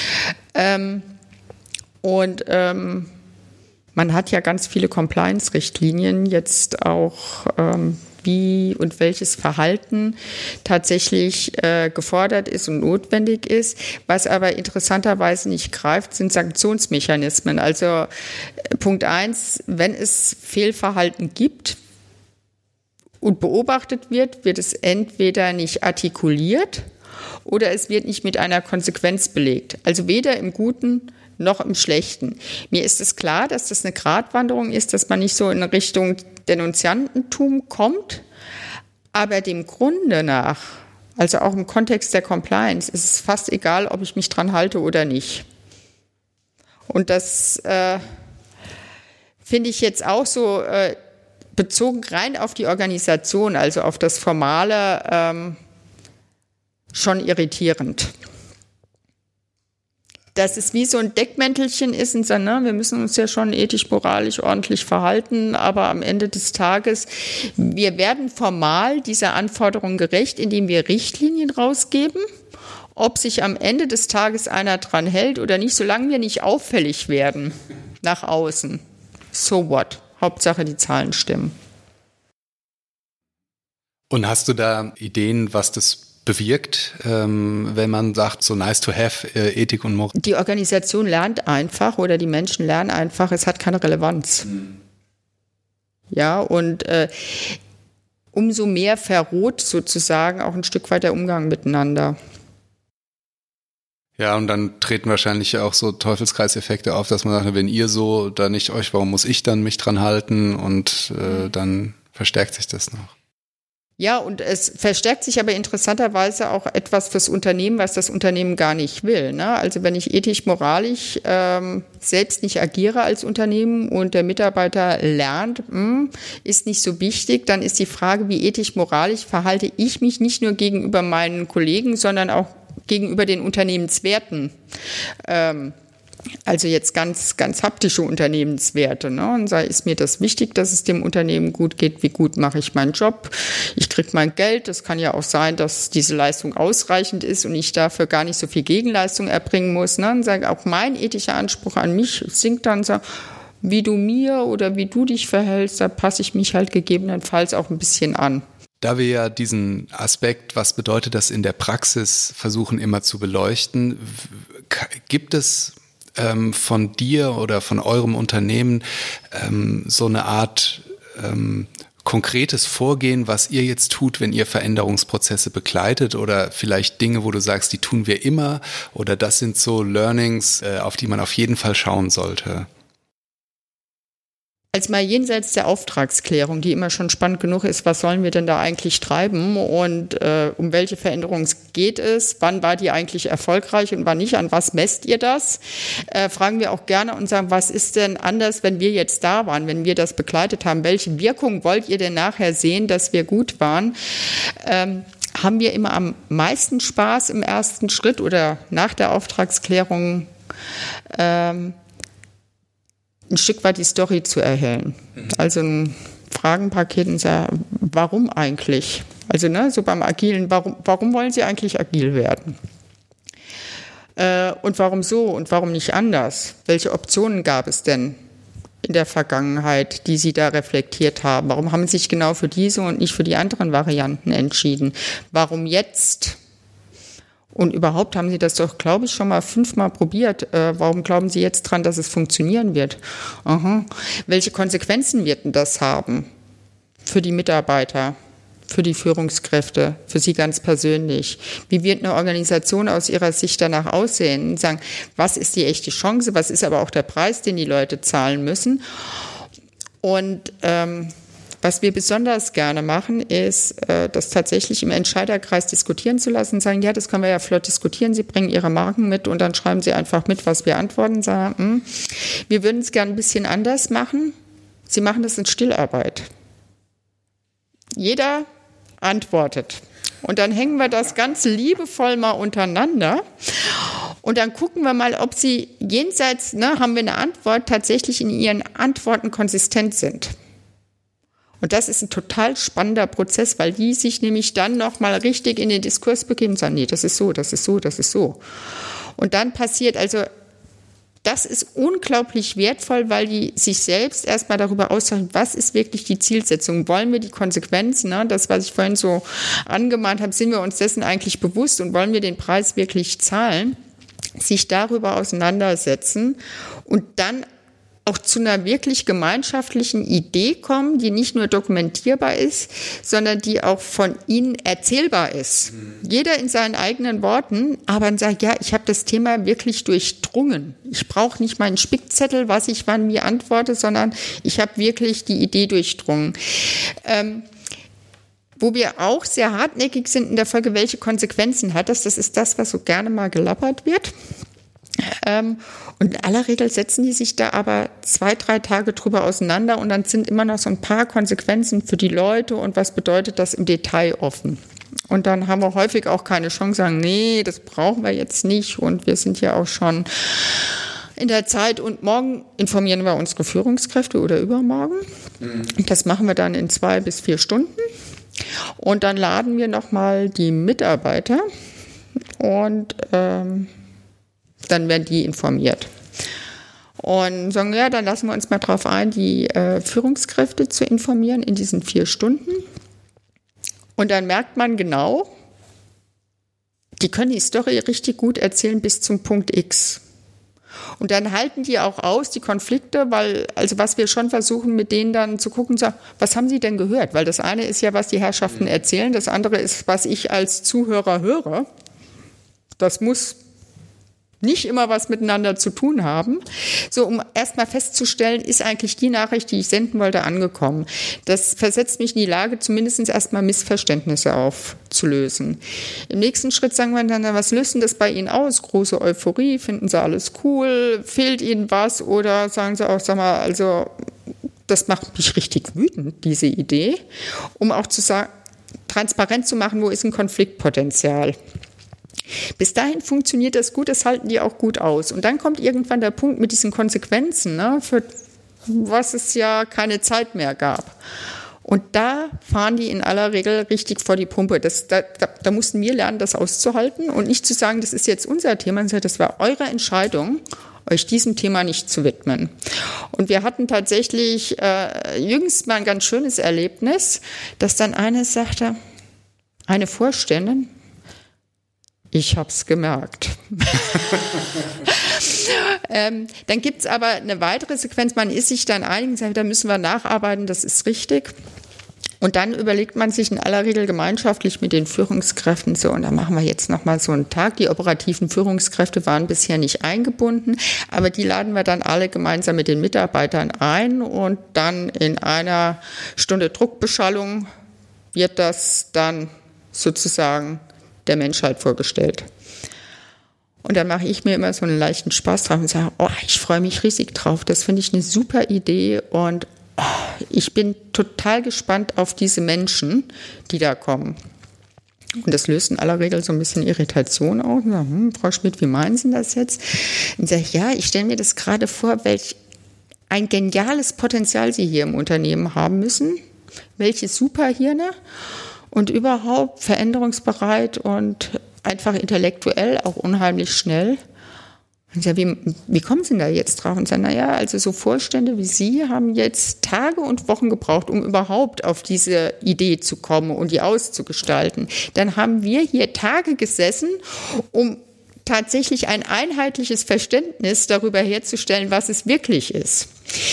[SPEAKER 3] man hat ja ganz viele Compliance-Richtlinien, jetzt auch wie und welches Verhalten tatsächlich gefordert ist und notwendig ist. Was aber interessanterweise nicht greift, sind Sanktionsmechanismen. Also Punkt 1, wenn es Fehlverhalten gibt und beobachtet wird, wird es entweder nicht artikuliert oder es wird nicht mit einer Konsequenz belegt. Also weder im Guten noch im Schlechten. Mir ist es klar, dass das eine Gratwanderung ist, dass man nicht so in Richtung Denunziantentum kommt, aber dem Grunde nach, also auch im Kontext der Compliance, ist es fast egal, ob ich mich dran halte oder nicht. Und das finde ich jetzt auch so bezogen rein auf die Organisation, also auf das Formale, schon irritierend. Dass es wie so ein Deckmäntelchen ist und sagen, wir müssen uns ja schon ethisch, moralisch ordentlich verhalten, aber am Ende des Tages, wir werden formal dieser Anforderung gerecht, indem wir Richtlinien rausgeben. Ob sich am Ende des Tages einer dran hält oder nicht, solange wir nicht auffällig werden nach außen. So what? Hauptsache die Zahlen stimmen.
[SPEAKER 1] Und hast du da Ideen, was das bewirkt, wenn man sagt, so nice to have, Ethik und Moral?
[SPEAKER 3] Die Organisation lernt einfach oder die Menschen lernen einfach, es hat keine Relevanz. Ja, und umso mehr verroht sozusagen auch ein Stück weit der Umgang miteinander.
[SPEAKER 1] Ja, und dann treten wahrscheinlich auch so Teufelskreiseffekte auf, dass man sagt, wenn ihr so, dann nicht euch, warum muss ich dann mich dran halten? Und dann verstärkt sich das noch.
[SPEAKER 3] Ja, und es verstärkt sich aber interessanterweise auch etwas fürs Unternehmen, was das Unternehmen gar nicht will. Ne? Also wenn ich ethisch, moralisch selbst nicht agiere als Unternehmen und der Mitarbeiter lernt, ist nicht so wichtig, dann ist die Frage, wie ethisch, moralisch verhalte ich mich nicht nur gegenüber meinen Kollegen, sondern auch gegenüber den Unternehmenswerten. Also jetzt ganz, ganz haptische Unternehmenswerte. Ne? Und da ist mir das wichtig, dass es dem Unternehmen gut geht. Wie gut mache ich meinen Job? Ich kriege mein Geld. Es kann ja auch sein, dass diese Leistung ausreichend ist und ich dafür gar nicht so viel Gegenleistung erbringen muss. Ne? Und sage auch mein ethischer Anspruch an mich sinkt dann so, wie du mir oder wie du dich verhältst, da passe ich mich halt gegebenenfalls auch ein bisschen an.
[SPEAKER 1] Da wir ja diesen Aspekt, was bedeutet das in der Praxis, versuchen immer zu beleuchten, gibt es von dir oder von eurem Unternehmen so eine Art konkretes Vorgehen, was ihr jetzt tut, wenn ihr Veränderungsprozesse begleitet oder vielleicht Dinge, wo du sagst, die tun wir immer oder das sind so Learnings, auf die man auf jeden Fall schauen sollte?
[SPEAKER 3] Als mal jenseits der Auftragsklärung, die immer schon spannend genug ist, was sollen wir denn da eigentlich treiben und um welche Veränderung geht es, wann war die eigentlich erfolgreich und wann nicht, an was messt ihr das, fragen wir auch gerne und sagen, was ist denn anders, wenn wir jetzt da waren, wenn wir das begleitet haben, welche Wirkung wollt ihr denn nachher sehen, dass wir gut waren, haben wir immer am meisten Spaß im ersten Schritt oder nach der Auftragsklärung ein Stück weit die Story zu erhellen. Also ein Fragenpaket und sagen, warum eigentlich? Also so beim Agilen, warum wollen Sie eigentlich agil werden? Und warum so und warum nicht anders? Welche Optionen gab es denn in der Vergangenheit, die Sie da reflektiert haben? Warum haben Sie sich genau für diese und nicht für die anderen Varianten entschieden? Warum jetzt? Und überhaupt haben Sie das doch, glaube ich, schon mal 5-mal probiert. Warum glauben Sie jetzt dran, dass es funktionieren wird? Aha. Welche Konsequenzen wird denn das haben für die Mitarbeiter, für die Führungskräfte, für Sie ganz persönlich? Wie wird eine Organisation aus Ihrer Sicht danach aussehen? Und sagen, was ist die echte Chance? Was ist aber auch der Preis, den die Leute zahlen müssen? Und was wir besonders gerne machen, ist, das tatsächlich im Entscheiderkreis diskutieren zu lassen, sagen, ja, das können wir ja flott diskutieren, Sie bringen Ihre Marken mit und dann schreiben Sie einfach mit, was wir antworten, sagen, wir würden es gerne ein bisschen anders machen, Sie machen das in Stillarbeit. Jeder antwortet und dann hängen wir das ganz liebevoll mal untereinander und dann gucken wir mal, ob Sie jenseits, haben wir eine Antwort, tatsächlich in Ihren Antworten konsistent sind. Und das ist ein total spannender Prozess, weil die sich nämlich dann nochmal richtig in den Diskurs begeben und sagen, nee, das ist so, das ist so, das ist so. Und dann passiert, also das ist unglaublich wertvoll, weil die sich selbst erstmal darüber austauschen, was ist wirklich die Zielsetzung? Wollen wir die Konsequenzen, das, was ich vorhin so angemahnt habe, sind wir uns dessen eigentlich bewusst und wollen wir den Preis wirklich zahlen? Sich darüber auseinandersetzen und dann auch zu einer wirklich gemeinschaftlichen Idee kommen, die nicht nur dokumentierbar ist, sondern die auch von Ihnen erzählbar ist. Jeder in seinen eigenen Worten, aber dann sagt, ja, ich habe das Thema wirklich durchdrungen. Ich brauche nicht meinen Spickzettel, was ich wann wie antworte, sondern ich habe wirklich die Idee durchdrungen. Wo wir auch sehr hartnäckig sind in der Folge, welche Konsequenzen hat das? Das ist das, was so gerne mal gelappert wird. Und in aller Regel setzen die sich da aber 2-3 Tage drüber auseinander und dann sind immer noch so ein paar Konsequenzen für die Leute und was bedeutet das im Detail offen. Und dann haben wir häufig auch keine Chance, sagen, nee, das brauchen wir jetzt nicht und wir sind ja auch schon in der Zeit und morgen informieren wir unsere Führungskräfte oder übermorgen. Das machen wir dann in 2 bis 4 Stunden und dann laden wir nochmal die Mitarbeiter und dann werden die informiert. Und sagen, ja, dann lassen wir uns mal drauf ein, die Führungskräfte zu informieren in diesen 4 Stunden. Und dann merkt man genau, die können die Story richtig gut erzählen bis zum Punkt X. Und dann halten die auch aus, die Konflikte, weil, also was wir schon versuchen, mit denen dann zu gucken, was haben sie denn gehört? Weil das eine ist ja, was die Herrschaften erzählen, das andere ist, was ich als Zuhörer höre. Das muss nicht immer was miteinander zu tun haben. So, um erstmal festzustellen, ist eigentlich die Nachricht, die ich senden wollte, angekommen. Das versetzt mich in die Lage, zumindest erstmal Missverständnisse aufzulösen. Im nächsten Schritt sagen wir dann, was löst denn das bei Ihnen aus? Große Euphorie, finden Sie alles cool? Fehlt Ihnen was? Oder sagen Sie auch, sag mal, also das macht mich richtig wütend, diese Idee, um auch zu sagen, transparent zu machen, wo ist ein Konfliktpotenzial. Bis dahin funktioniert das gut, das halten die auch gut aus. Und dann kommt irgendwann der Punkt mit diesen Konsequenzen, für was es ja keine Zeit mehr gab. Und da fahren die in aller Regel richtig vor die Pumpe. Da mussten wir lernen, das auszuhalten und nicht zu sagen, das ist jetzt unser Thema, sondern das war eure Entscheidung, euch diesem Thema nicht zu widmen. Und wir hatten tatsächlich jüngst mal ein ganz schönes Erlebnis, dass dann eine Vorständin, ich hab's gemerkt. Dann gibt's aber eine weitere Sequenz, man ist sich dann einig und sagt, da müssen wir nacharbeiten, das ist richtig. Und dann überlegt man sich in aller Regel gemeinschaftlich mit den Führungskräften so, und da machen wir jetzt nochmal so einen Tag. Die operativen Führungskräfte waren bisher nicht eingebunden, aber die laden wir dann alle gemeinsam mit den Mitarbeitern ein und dann in einer Stunde Druckbeschallung wird das dann sozusagen der Menschheit vorgestellt. Und dann mache ich mir immer so einen leichten Spaß drauf und sage, ich freue mich riesig drauf, das finde ich eine super Idee und ich bin total gespannt auf diese Menschen, die da kommen. Und das löst in aller Regel so ein bisschen Irritation aus. Und sage, Frau Schmidt, wie meinen Sie das jetzt? Und sage ich, ja, ich stelle mir das gerade vor, welch ein geniales Potenzial Sie hier im Unternehmen haben müssen, welche Superhirne und überhaupt veränderungsbereit und einfach intellektuell auch unheimlich schnell. Und ich sage, wie kommen Sie denn da jetzt drauf? Und sagen, also so Vorstände wie Sie haben jetzt Tage und Wochen gebraucht, um überhaupt auf diese Idee zu kommen und die auszugestalten. Dann haben wir hier Tage gesessen, um tatsächlich ein einheitliches Verständnis darüber herzustellen, was es wirklich ist.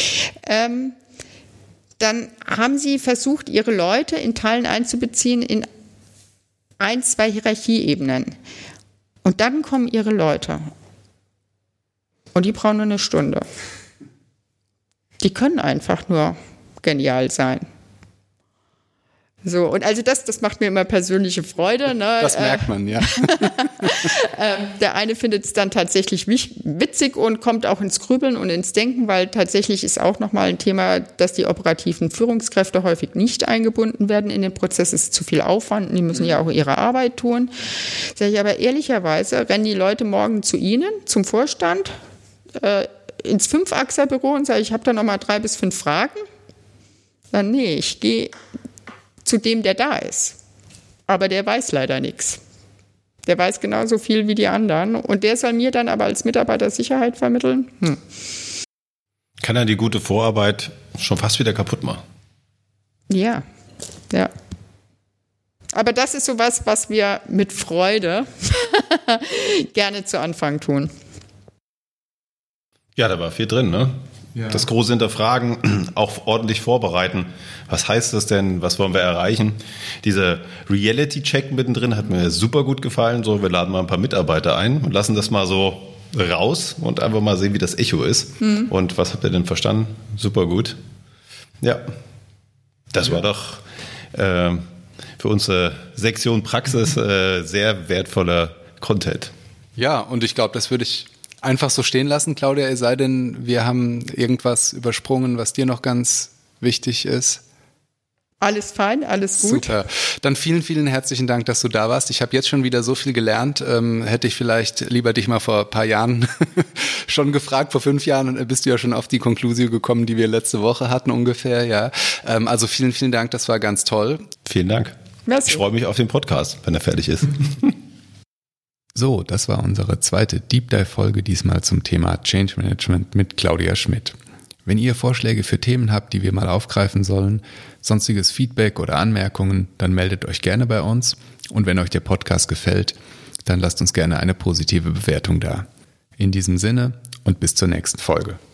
[SPEAKER 3] Dann haben Sie versucht, Ihre Leute in Teilen einzubeziehen in 1, 2 Hierarchieebenen. Und dann kommen Ihre Leute. Und die brauchen nur eine Stunde. Die können einfach nur genial sein. So, und also das macht mir immer persönliche Freude. Ne?
[SPEAKER 1] Das merkt man, ja.
[SPEAKER 3] Der eine findet es dann tatsächlich witzig und kommt auch ins Grübeln und ins Denken, weil tatsächlich ist auch nochmal ein Thema, dass die operativen Führungskräfte häufig nicht eingebunden werden in den Prozess. Es ist zu viel Aufwand und die müssen ja auch ihre Arbeit tun. Sag ich aber ehrlicherweise, rennen die Leute morgen zu Ihnen, zum Vorstand, ins 5-Achser-Büro und sagen, ich habe da nochmal 3 bis 5 Fragen. Dann nee, ich gehe zu dem, der da ist. Aber der weiß leider nichts. Der weiß genauso viel wie die anderen. Und der soll mir dann aber als Mitarbeiter Sicherheit vermitteln.
[SPEAKER 2] Kann er die gute Vorarbeit schon fast wieder kaputt machen?
[SPEAKER 3] Ja. Aber das ist sowas, was wir mit Freude gerne zu Anfang tun.
[SPEAKER 2] Ja, da war viel drin, ne?
[SPEAKER 1] Ja.
[SPEAKER 2] Das große Hinterfragen, auch ordentlich vorbereiten. Was heißt das denn? Was wollen wir erreichen? Dieser Reality-Check mittendrin hat mir super gut gefallen. So, wir laden mal ein paar Mitarbeiter ein und lassen das mal so raus und einfach mal sehen, wie das Echo ist. Und was habt ihr denn verstanden? Super gut. Ja, das war doch für unsere Sektion Praxis sehr wertvoller Content.
[SPEAKER 1] Ja, und ich glaube, das würde ich einfach so stehen lassen, Claudia, es sei denn, wir haben irgendwas übersprungen, was dir noch ganz wichtig ist.
[SPEAKER 3] Alles fein, alles gut.
[SPEAKER 1] Super. Dann vielen, vielen herzlichen Dank, dass du da warst. Ich habe jetzt schon wieder so viel gelernt. Hätte ich vielleicht lieber dich mal vor ein paar Jahren schon gefragt. Vor 5 Jahren bist du ja schon auf die Konklusion gekommen, die wir letzte Woche hatten ungefähr. Ja. Also vielen, vielen Dank. Das war ganz toll.
[SPEAKER 2] Vielen Dank.
[SPEAKER 3] Merci.
[SPEAKER 2] Ich freue mich auf den Podcast, wenn er fertig ist.
[SPEAKER 1] So, das war unsere zweite Deep Dive-Folge, diesmal zum Thema Change Management mit Claudia Schmidt. Wenn ihr Vorschläge für Themen habt, die wir mal aufgreifen sollen, sonstiges Feedback oder Anmerkungen, dann meldet euch gerne bei uns. Und wenn euch der Podcast gefällt, dann lasst uns gerne eine positive Bewertung da. In diesem Sinne und bis zur nächsten Folge.